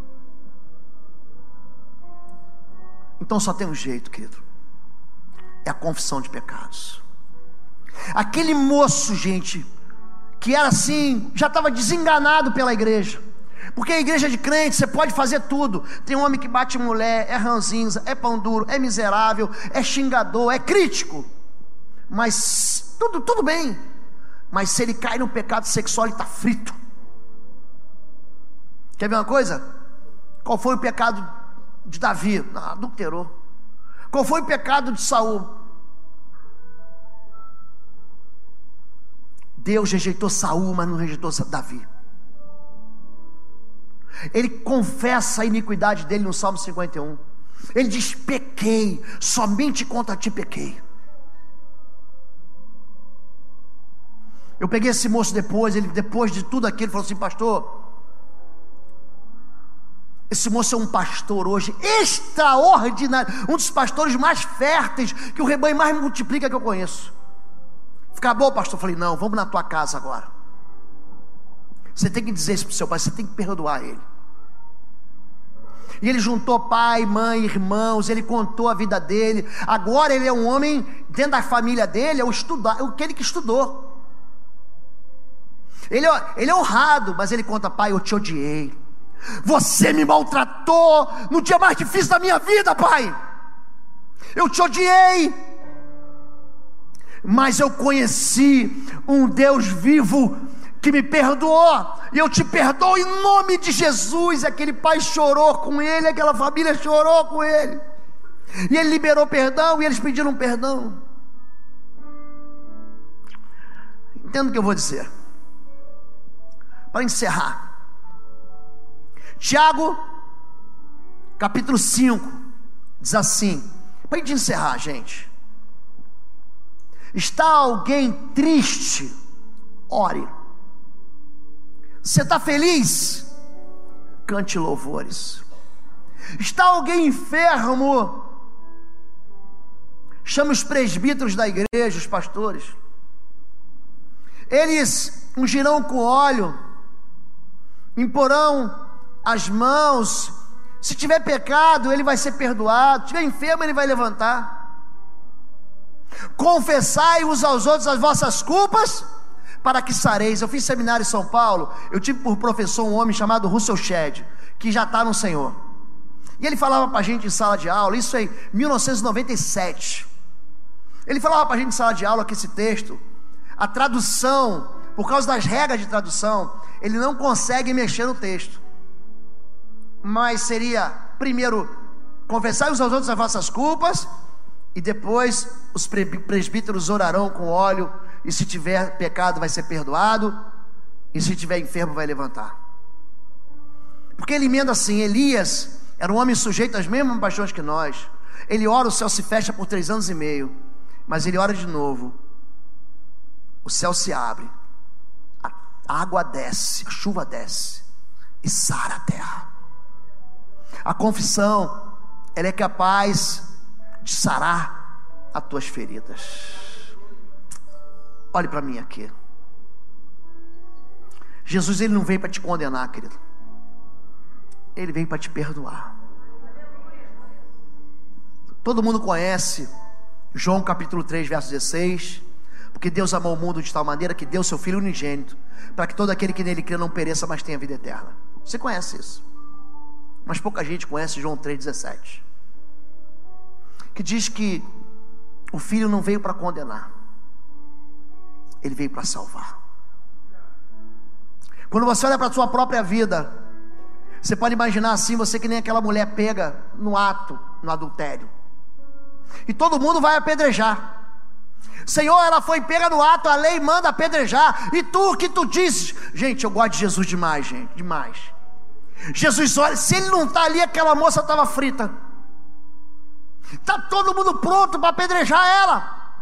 Então só tem um jeito, querido, é a confissão de pecados. Aquele moço, gente, que era assim, já estava desenganado pela igreja, porque a igreja de crente, você pode fazer tudo. Tem um homem que bate mulher, é ranzinza, é pão duro, é miserável, é xingador, é crítico, mas tudo, tudo bem. Mas se ele cai no pecado sexual, ele está frito. Quer ver uma coisa? Qual foi o pecado de Davi? Ah, adulterou. Qual foi o pecado de Saul? Deus rejeitou Saul, mas não rejeitou Davi. Ele confessa a iniquidade dele no Salmo cinquenta e um. Ele diz, pequei, somente contra ti pequei. Eu peguei esse moço depois, ele depois de tudo aquilo, falou assim, pastor, esse moço é um pastor hoje extraordinário, um dos pastores mais férteis, que o rebanho mais multiplica que eu conheço. Fica bom, pastor? Eu falei, não, vamos na tua casa agora. Você tem que dizer isso para o seu pai, você tem que perdoar ele. E ele juntou pai, mãe, irmãos, ele contou a vida dele. Agora ele é um homem, dentro da família dele, é o estudar, é aquele que estudou. Ele é, ele é honrado, mas ele conta, pai, eu te odiei. Você me maltratou no dia mais difícil da minha vida, pai. Eu te odiei, mas eu conheci um Deus vivo que me perdoou, e eu te perdoo em nome de Jesus. Aquele pai chorou com ele, aquela família chorou com ele, e ele liberou perdão, e eles pediram perdão. Entenda o que eu vou dizer, para encerrar. Tiago, capítulo cinco, diz assim, para a gente encerrar, gente: está alguém triste? Ore. Você está feliz? Cante louvores. Está alguém enfermo? Chame os presbíteros da igreja, os pastores. Eles ungirão com óleo, imporão as mãos. Se tiver pecado, ele vai ser perdoado. Se tiver enfermo, ele vai levantar. Confessai uns aos outros as vossas culpas, para que sareis. Eu fiz seminário em São Paulo. Eu tive por professor um homem chamado Russell Shedd, que já está no Senhor. E ele falava para a gente em sala de aula, isso em mil novecentos e noventa e sete. Ele falava para a gente em sala de aula que esse texto, a tradução, por causa das regras de tradução, ele não consegue mexer no texto. Mas seria, primeiro, confessai uns aos outros as vossas culpas, e depois os presbíteros orarão com óleo, e se tiver pecado vai ser perdoado, e se tiver enfermo vai levantar. Porque ele emenda assim: Elias era um homem sujeito às mesmas paixões que nós. Ele ora, o céu se fecha por três anos e meio, mas ele ora de novo, o céu se abre, a água desce, a chuva desce, e sara a terra. A confissão, ela é capaz de sarar as tuas feridas. Olhe para mim aqui. Jesus, ele não veio para te condenar, querido. Ele veio para te perdoar. Todo mundo conhece João capítulo três, verso dezesseis. Porque Deus amou o mundo de tal maneira que deu seu Filho unigênito, para que todo aquele que nele crê não pereça, mas tenha vida eterna. Você conhece isso? Mas pouca gente conhece João três, dezessete, que diz que o Filho não veio para condenar, ele veio para salvar. Quando você olha para a sua própria vida, você pode imaginar assim, você que nem aquela mulher pega no ato, no adultério, e todo mundo vai apedrejar. Senhor, ela foi pega no ato, a lei manda apedrejar, e tu, o que tu dizes? Gente, eu gosto de Jesus demais, gente, demais. Jesus olha, se ele não está ali, aquela moça estava frita. Está todo mundo pronto para apedrejar ela.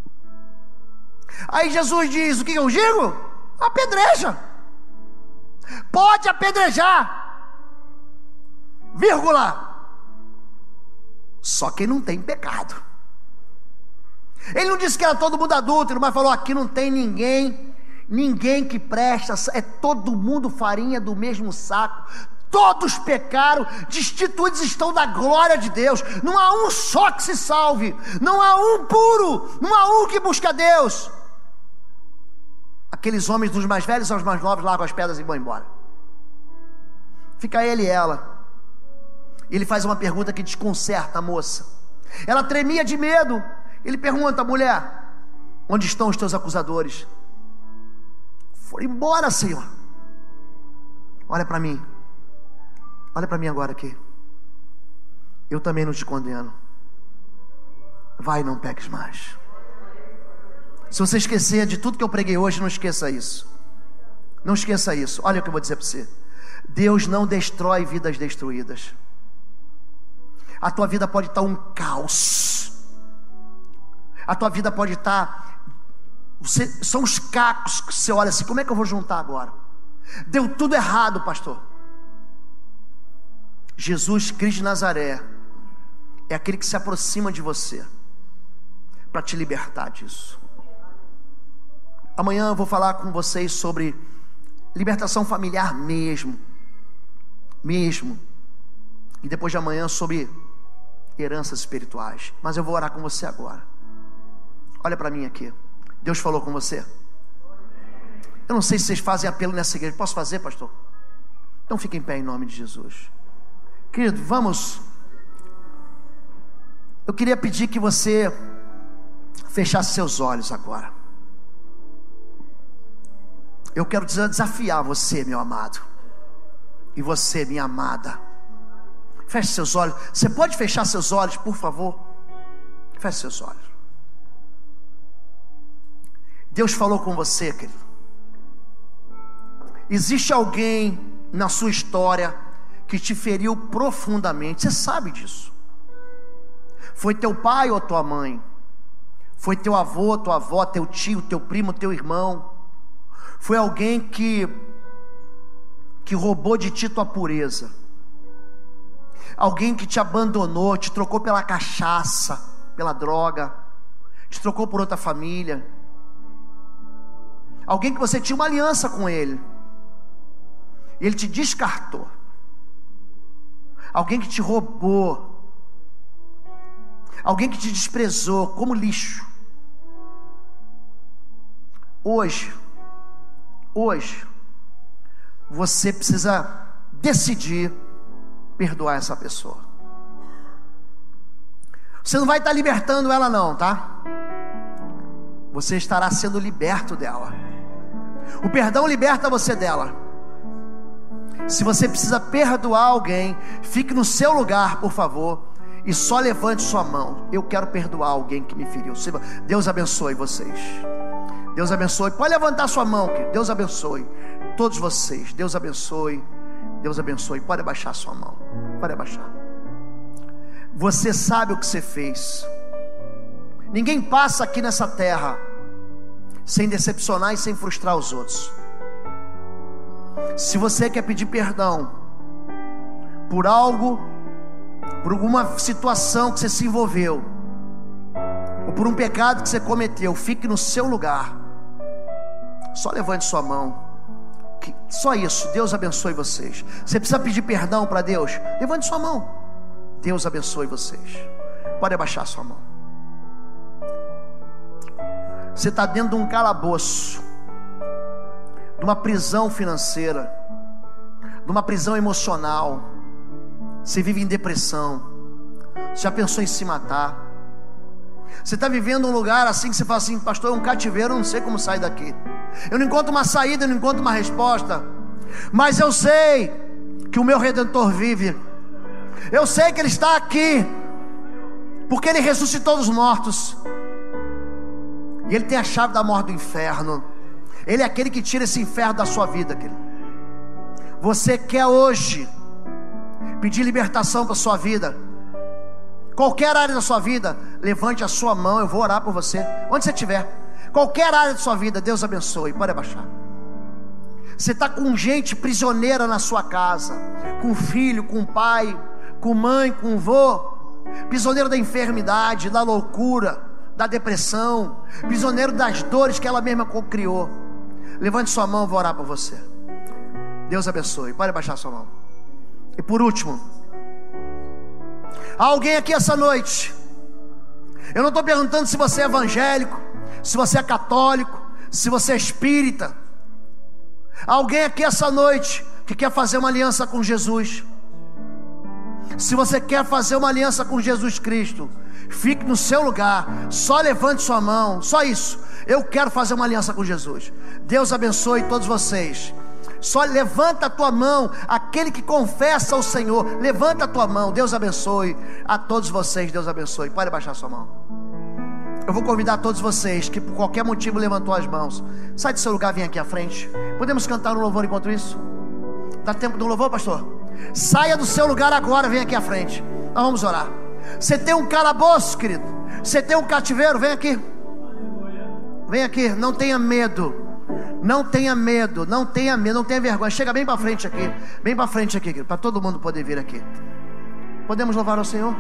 Aí Jesus diz: o que eu digo? Apedreja. Pode apedrejar, vírgula, só quem não tem pecado. Ele não disse que era todo mundo adúltero, mas falou: aqui não tem ninguém, ninguém que presta, é todo mundo farinha do mesmo saco, todos pecaram, destituídos estão da glória de Deus, não há um só que se salve, não há um puro, não há um que busca Deus. Aqueles homens, dos mais velhos aos mais novos, largam as pedras e vão embora. Fica ele e ela. Ele faz uma pergunta que desconcerta a moça. Ela tremia de medo. Ele pergunta: mulher, onde estão os teus acusadores? Foram embora, Senhor. Olha para mim, olha para mim agora aqui. Eu também não te condeno. Vai, não peques mais. Se você esquecer de tudo que eu preguei hoje, não esqueça isso. Não esqueça isso. Olha o que eu vou dizer para você. Deus não destrói vidas destruídas. A tua vida pode estar um caos. A tua vida pode estar, você, são os cacos que você olha assim: como é que eu vou juntar agora? Deu tudo errado, pastor. Jesus Cristo de Nazaré é aquele que se aproxima de você para te libertar disso. Amanhã eu vou falar com vocês sobre libertação familiar mesmo, mesmo. E depois de amanhã sobre heranças espirituais. Mas eu vou orar com você agora. Olha para mim aqui. Deus falou com você? Eu não sei se vocês fazem apelo nessa igreja. Posso fazer, pastor? Então fique em pé em nome de Jesus. Querido, vamos. Eu queria pedir que você fechasse seus olhos agora. Eu quero desafiar você, meu amado, e você, minha amada. Feche seus olhos. Você pode fechar seus olhos, por favor? Feche seus olhos. Deus falou com você, querido. Existe alguém na sua história que te feriu profundamente. Você sabe disso. Foi teu pai ou tua mãe? Foi teu avô, tua avó, teu tio, teu primo, teu irmão? Foi alguém que que roubou de ti tua pureza? Alguém que te abandonou, te trocou pela cachaça, pela droga, te trocou por outra família? Alguém que você tinha uma aliança com ele, ele te descartou. Alguém que te roubou, alguém que te desprezou como lixo. Hoje, hoje, você precisa decidir perdoar essa pessoa. Você não vai estar libertando ela não, tá? Você estará sendo liberto dela. O perdão liberta você dela. Se você precisa perdoar alguém, fique no seu lugar, por favor, e só levante sua mão. Eu quero perdoar alguém que me feriu. Deus abençoe vocês. Deus abençoe. Pode levantar sua mão, querido. Deus abençoe todos vocês. Deus abençoe. Deus abençoe. Pode abaixar sua mão. Pode abaixar. Você sabe o que você fez. Ninguém passa aqui nessa terra sem decepcionar e sem frustrar os outros. Se você quer pedir perdão por algo, por alguma situação que você se envolveu, ou por um pecado que você cometeu, fique no seu lugar. Só levante sua mão. Só isso. Deus abençoe vocês. Você precisa pedir perdão para Deus? Levante sua mão. Deus abençoe vocês. Pode abaixar sua mão. Você está dentro de um calabouço, de uma prisão financeira, de uma prisão emocional. Você vive em depressão. Você já pensou em se matar? Você está vivendo um lugar assim que você fala assim: pastor, é um cativeiro, eu não sei como sair daqui. Eu não encontro uma saída, eu não encontro uma resposta. Mas eu sei que o meu Redentor vive. Eu sei que Ele está aqui, porque Ele ressuscitou dos mortos. E Ele tem a chave da morte do inferno. Ele é aquele que tira esse inferno da sua vida, querido. Você quer hoje pedir libertação para a sua vida? Qualquer área da sua vida, levante a sua mão, eu vou orar por você. Onde você estiver, qualquer área da sua vida, Deus abençoe. Pode abaixar. Você está com gente prisioneira na sua casa, com filho, com pai, com mãe, com vô, prisioneiro da enfermidade, da loucura, da depressão, prisioneiro das dores que ela mesma criou. Levante sua mão, eu vou orar por você. Deus abençoe. Pode abaixar sua mão. E por último, há alguém aqui essa noite. Eu não estou perguntando se você é evangélico, se você é católico, se você é espírita. Há alguém aqui essa noite que quer fazer uma aliança com Jesus. Se você quer fazer uma aliança com Jesus Cristo, fique no seu lugar, só levante sua mão, só isso. Eu quero fazer uma aliança com Jesus. Deus abençoe todos vocês. Só levanta a tua mão, aquele que confessa ao Senhor, levanta a tua mão. Deus abençoe a todos vocês. Deus abençoe. Pode baixar sua mão. Eu vou convidar todos vocês que por qualquer motivo levantou as mãos, sai do seu lugar, vem aqui à frente. Podemos cantar um louvor enquanto isso? Dá tempo do louvor, pastor? Saia do seu lugar agora, vem aqui à frente. Nós vamos orar. Você tem um calabouço, querido. Você tem um cativeiro, vem aqui. Vem aqui, não tenha medo. Não tenha medo, não tenha medo, não tenha vergonha. Chega bem para frente aqui, bem para frente aqui, para todo mundo poder vir aqui. Podemos louvar ao Senhor?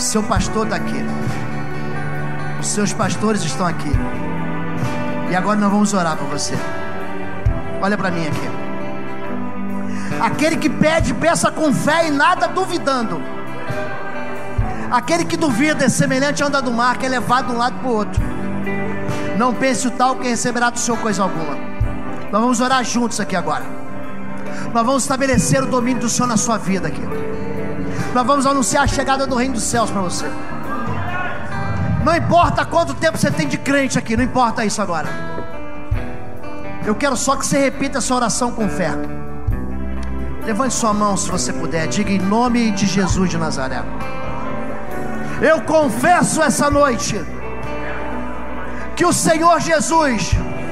Seu pastor está aqui. Os seus pastores estão aqui. E agora nós vamos orar por você. Olha para mim aqui. Aquele que pede, peça com fé e nada duvidando. Aquele que duvida é semelhante à onda do mar, que é levado de um lado para o outro. Não pense o tal que receberá do Senhor coisa alguma. Nós vamos orar juntos aqui agora. Nós vamos estabelecer o domínio do Senhor na sua vida aqui. Nós vamos anunciar a chegada do reino dos céus para você. Não importa quanto tempo você tem de crente aqui, não importa isso agora. Eu quero só que você repita essa oração com fé. Levante sua mão se você puder. Diga: em nome de Jesus de Nazaré, eu confesso essa noite que o Senhor Jesus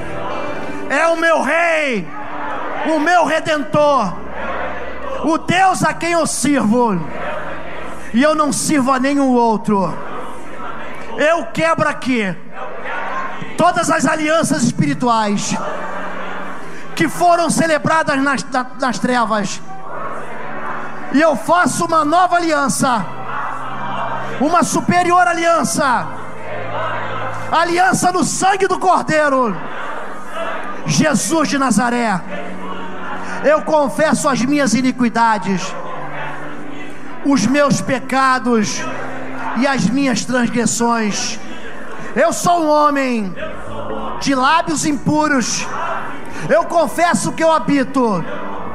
é o meu Rei, o meu Redentor, o Deus a quem eu sirvo, e eu não sirvo a nenhum outro. Eu quebro aqui todas as alianças espirituais que foram celebradas nas, nas trevas, e eu faço uma nova aliança, uma superior aliança, aliança no sangue do Cordeiro, Jesus de Nazaré. Eu confesso as minhas iniquidades, os meus pecados e as minhas transgressões. Eu sou um homem de lábios impuros. Eu confesso que eu habito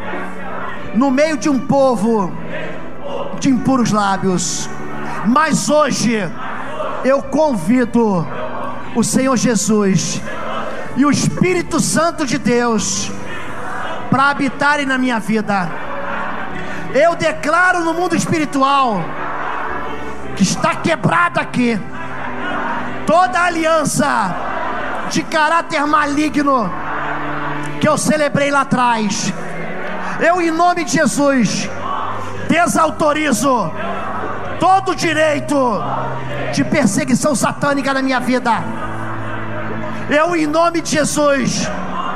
no meio de um povo de impuros lábios. Mas hoje eu convido o Senhor Jesus e o Espírito Santo de Deus para habitarem na minha vida. Eu declaro no mundo espiritual que está quebrada aqui toda aliança de caráter maligno que eu celebrei lá atrás. Eu, em nome de Jesus, desautorizo todo direito de perseguição satânica na minha vida. Eu, em nome de Jesus,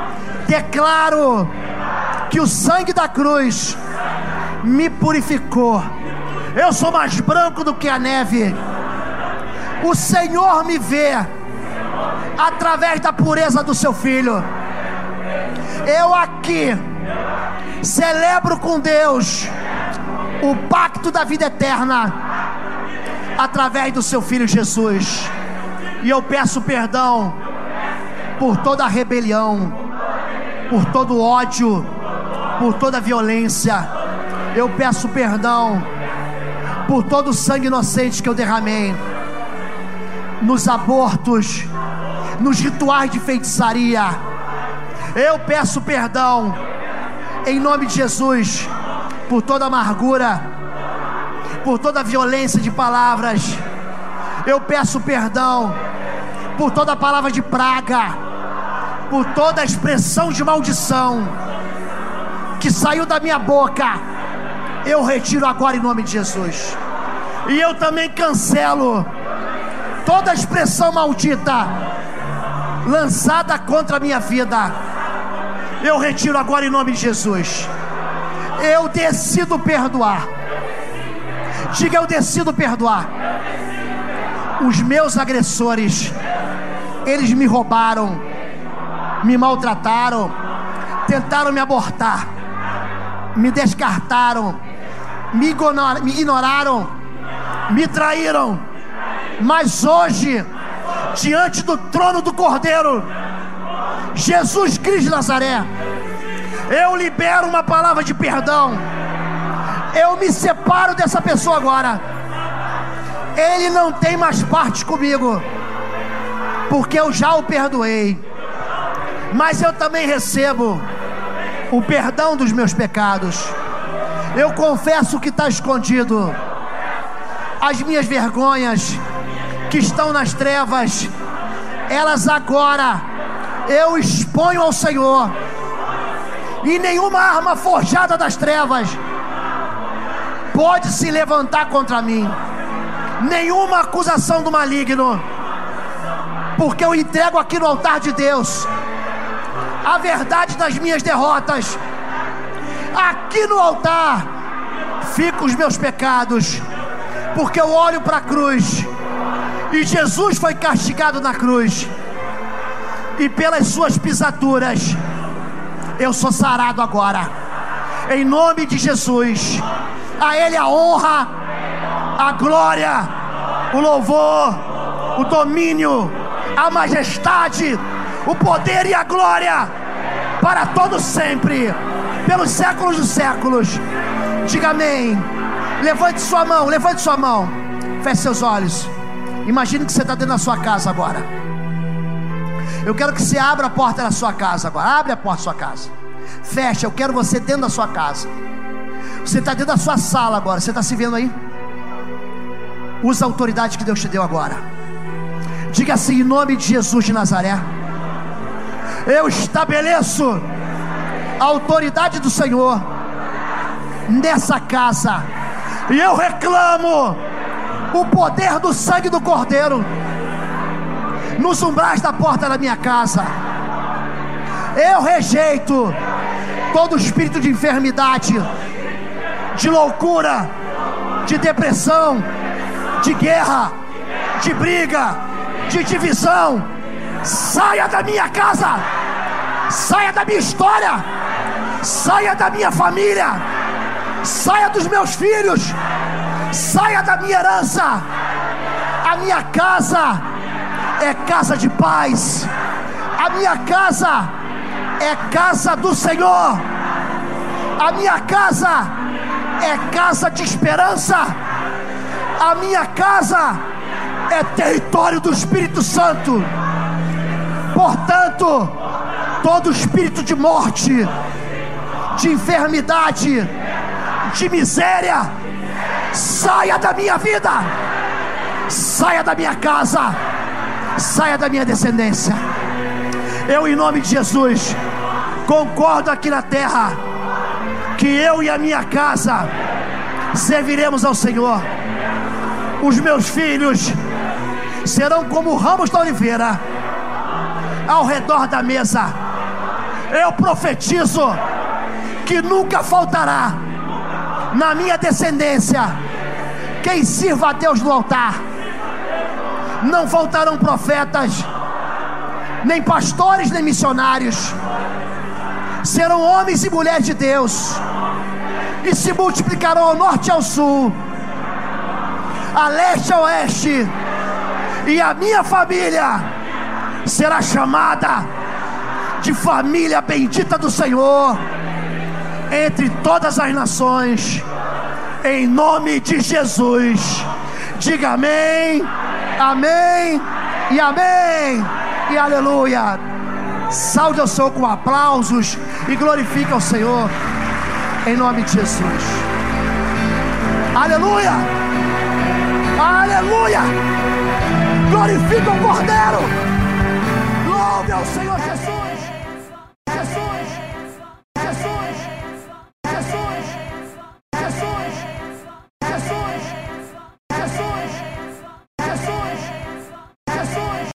declaro que o sangue da cruz me purificou. Eu sou mais branco do que a neve. O Senhor me vê através da pureza do seu Filho. Eu aqui celebro com Deus o pacto da vida eterna através do seu Filho Jesus. E eu peço perdão por toda a rebelião, por todo o ódio, por toda a violência. Eu peço perdão por todo o sangue inocente que eu derramei nos abortos, nos rituais de feitiçaria. Eu peço perdão em nome de Jesus por toda amargura, por toda violência de palavras. Eu peço perdão por toda palavra de praga, por toda expressão de maldição que saiu da minha boca. Eu retiro agora em nome de Jesus. E eu também cancelo toda expressão maldita lançada contra a minha vida. Eu retiro agora em nome de Jesus. Eu decido perdoar. Diga: eu decido perdoar. Os meus agressores, eles me roubaram, me maltrataram, tentaram me abortar, me descartaram, me ignoraram, me traíram. Mas hoje, diante do trono do Cordeiro, Jesus Cristo de Nazaré, eu libero uma palavra de perdão. Eu me separo dessa pessoa agora. Ele não tem mais parte comigo, porque eu já o perdoei. Mas eu também recebo o perdão dos meus pecados. Eu confesso o que está escondido, as minhas vergonhas que estão nas trevas, elas agora eu exponho ao Senhor. E nenhuma arma forjada das trevas pode se levantar contra mim, nenhuma acusação do maligno, porque eu entrego aqui no altar de Deus a verdade das minhas derrotas. Aqui no altar ficam os meus pecados, porque eu olho para a cruz, e Jesus foi castigado na cruz, e pelas suas pisaduras eu sou sarado agora, em nome de Jesus. A Ele a honra, a glória, o louvor, o domínio, a majestade, o poder e a glória, para todo sempre, pelos séculos dos séculos. Diga amém. Levante sua mão, levante sua mão, feche seus olhos. Imagine que você está dentro da sua casa agora. Eu quero que você abra a porta da sua casa agora. Abre a porta da sua casa. Fecha, eu quero você dentro da sua casa. Você está dentro da sua sala agora. Você está se vendo aí? Usa a autoridade que Deus te deu agora. Diga assim: em nome de Jesus de Nazaré, eu estabeleço a autoridade do Senhor nessa casa, e eu reclamo o poder do sangue do Cordeiro nos umbrais da porta da minha casa. Eu rejeito todo espírito de enfermidade, de loucura, de depressão, de guerra, de briga, de divisão. Saia da minha casa, saia da minha história, saia da minha família, saia dos meus filhos, saia da minha herança. A minha casa é casa de paz, a minha casa é casa do Senhor, a minha casa é casa de esperança, a minha casa é território do Espírito Santo. Portanto, todo espírito de morte, de enfermidade, de miséria, saia da minha vida, saia da minha casa, saia da minha descendência. Eu, em nome de Jesus, concordo aqui na terra que eu e a minha casa serviremos ao Senhor. Os meus filhos serão como ramos da oliveira ao redor da mesa. Eu profetizo que nunca faltará na minha descendência quem sirva a Deus no altar. Não faltarão profetas, nem pastores, nem missionários. Serão homens e mulheres de Deus, e se multiplicarão ao norte e ao sul, a leste e a oeste. E a minha família será chamada de família bendita do Senhor entre todas as nações, em nome de Jesus. Diga amém, amém e amém e aleluia. Salve ao Senhor com aplausos e glorifique ao Senhor em nome de Jesus. Aleluia, aleluia. Glorifica o Cordeiro. Louve ao Senhor Jesus.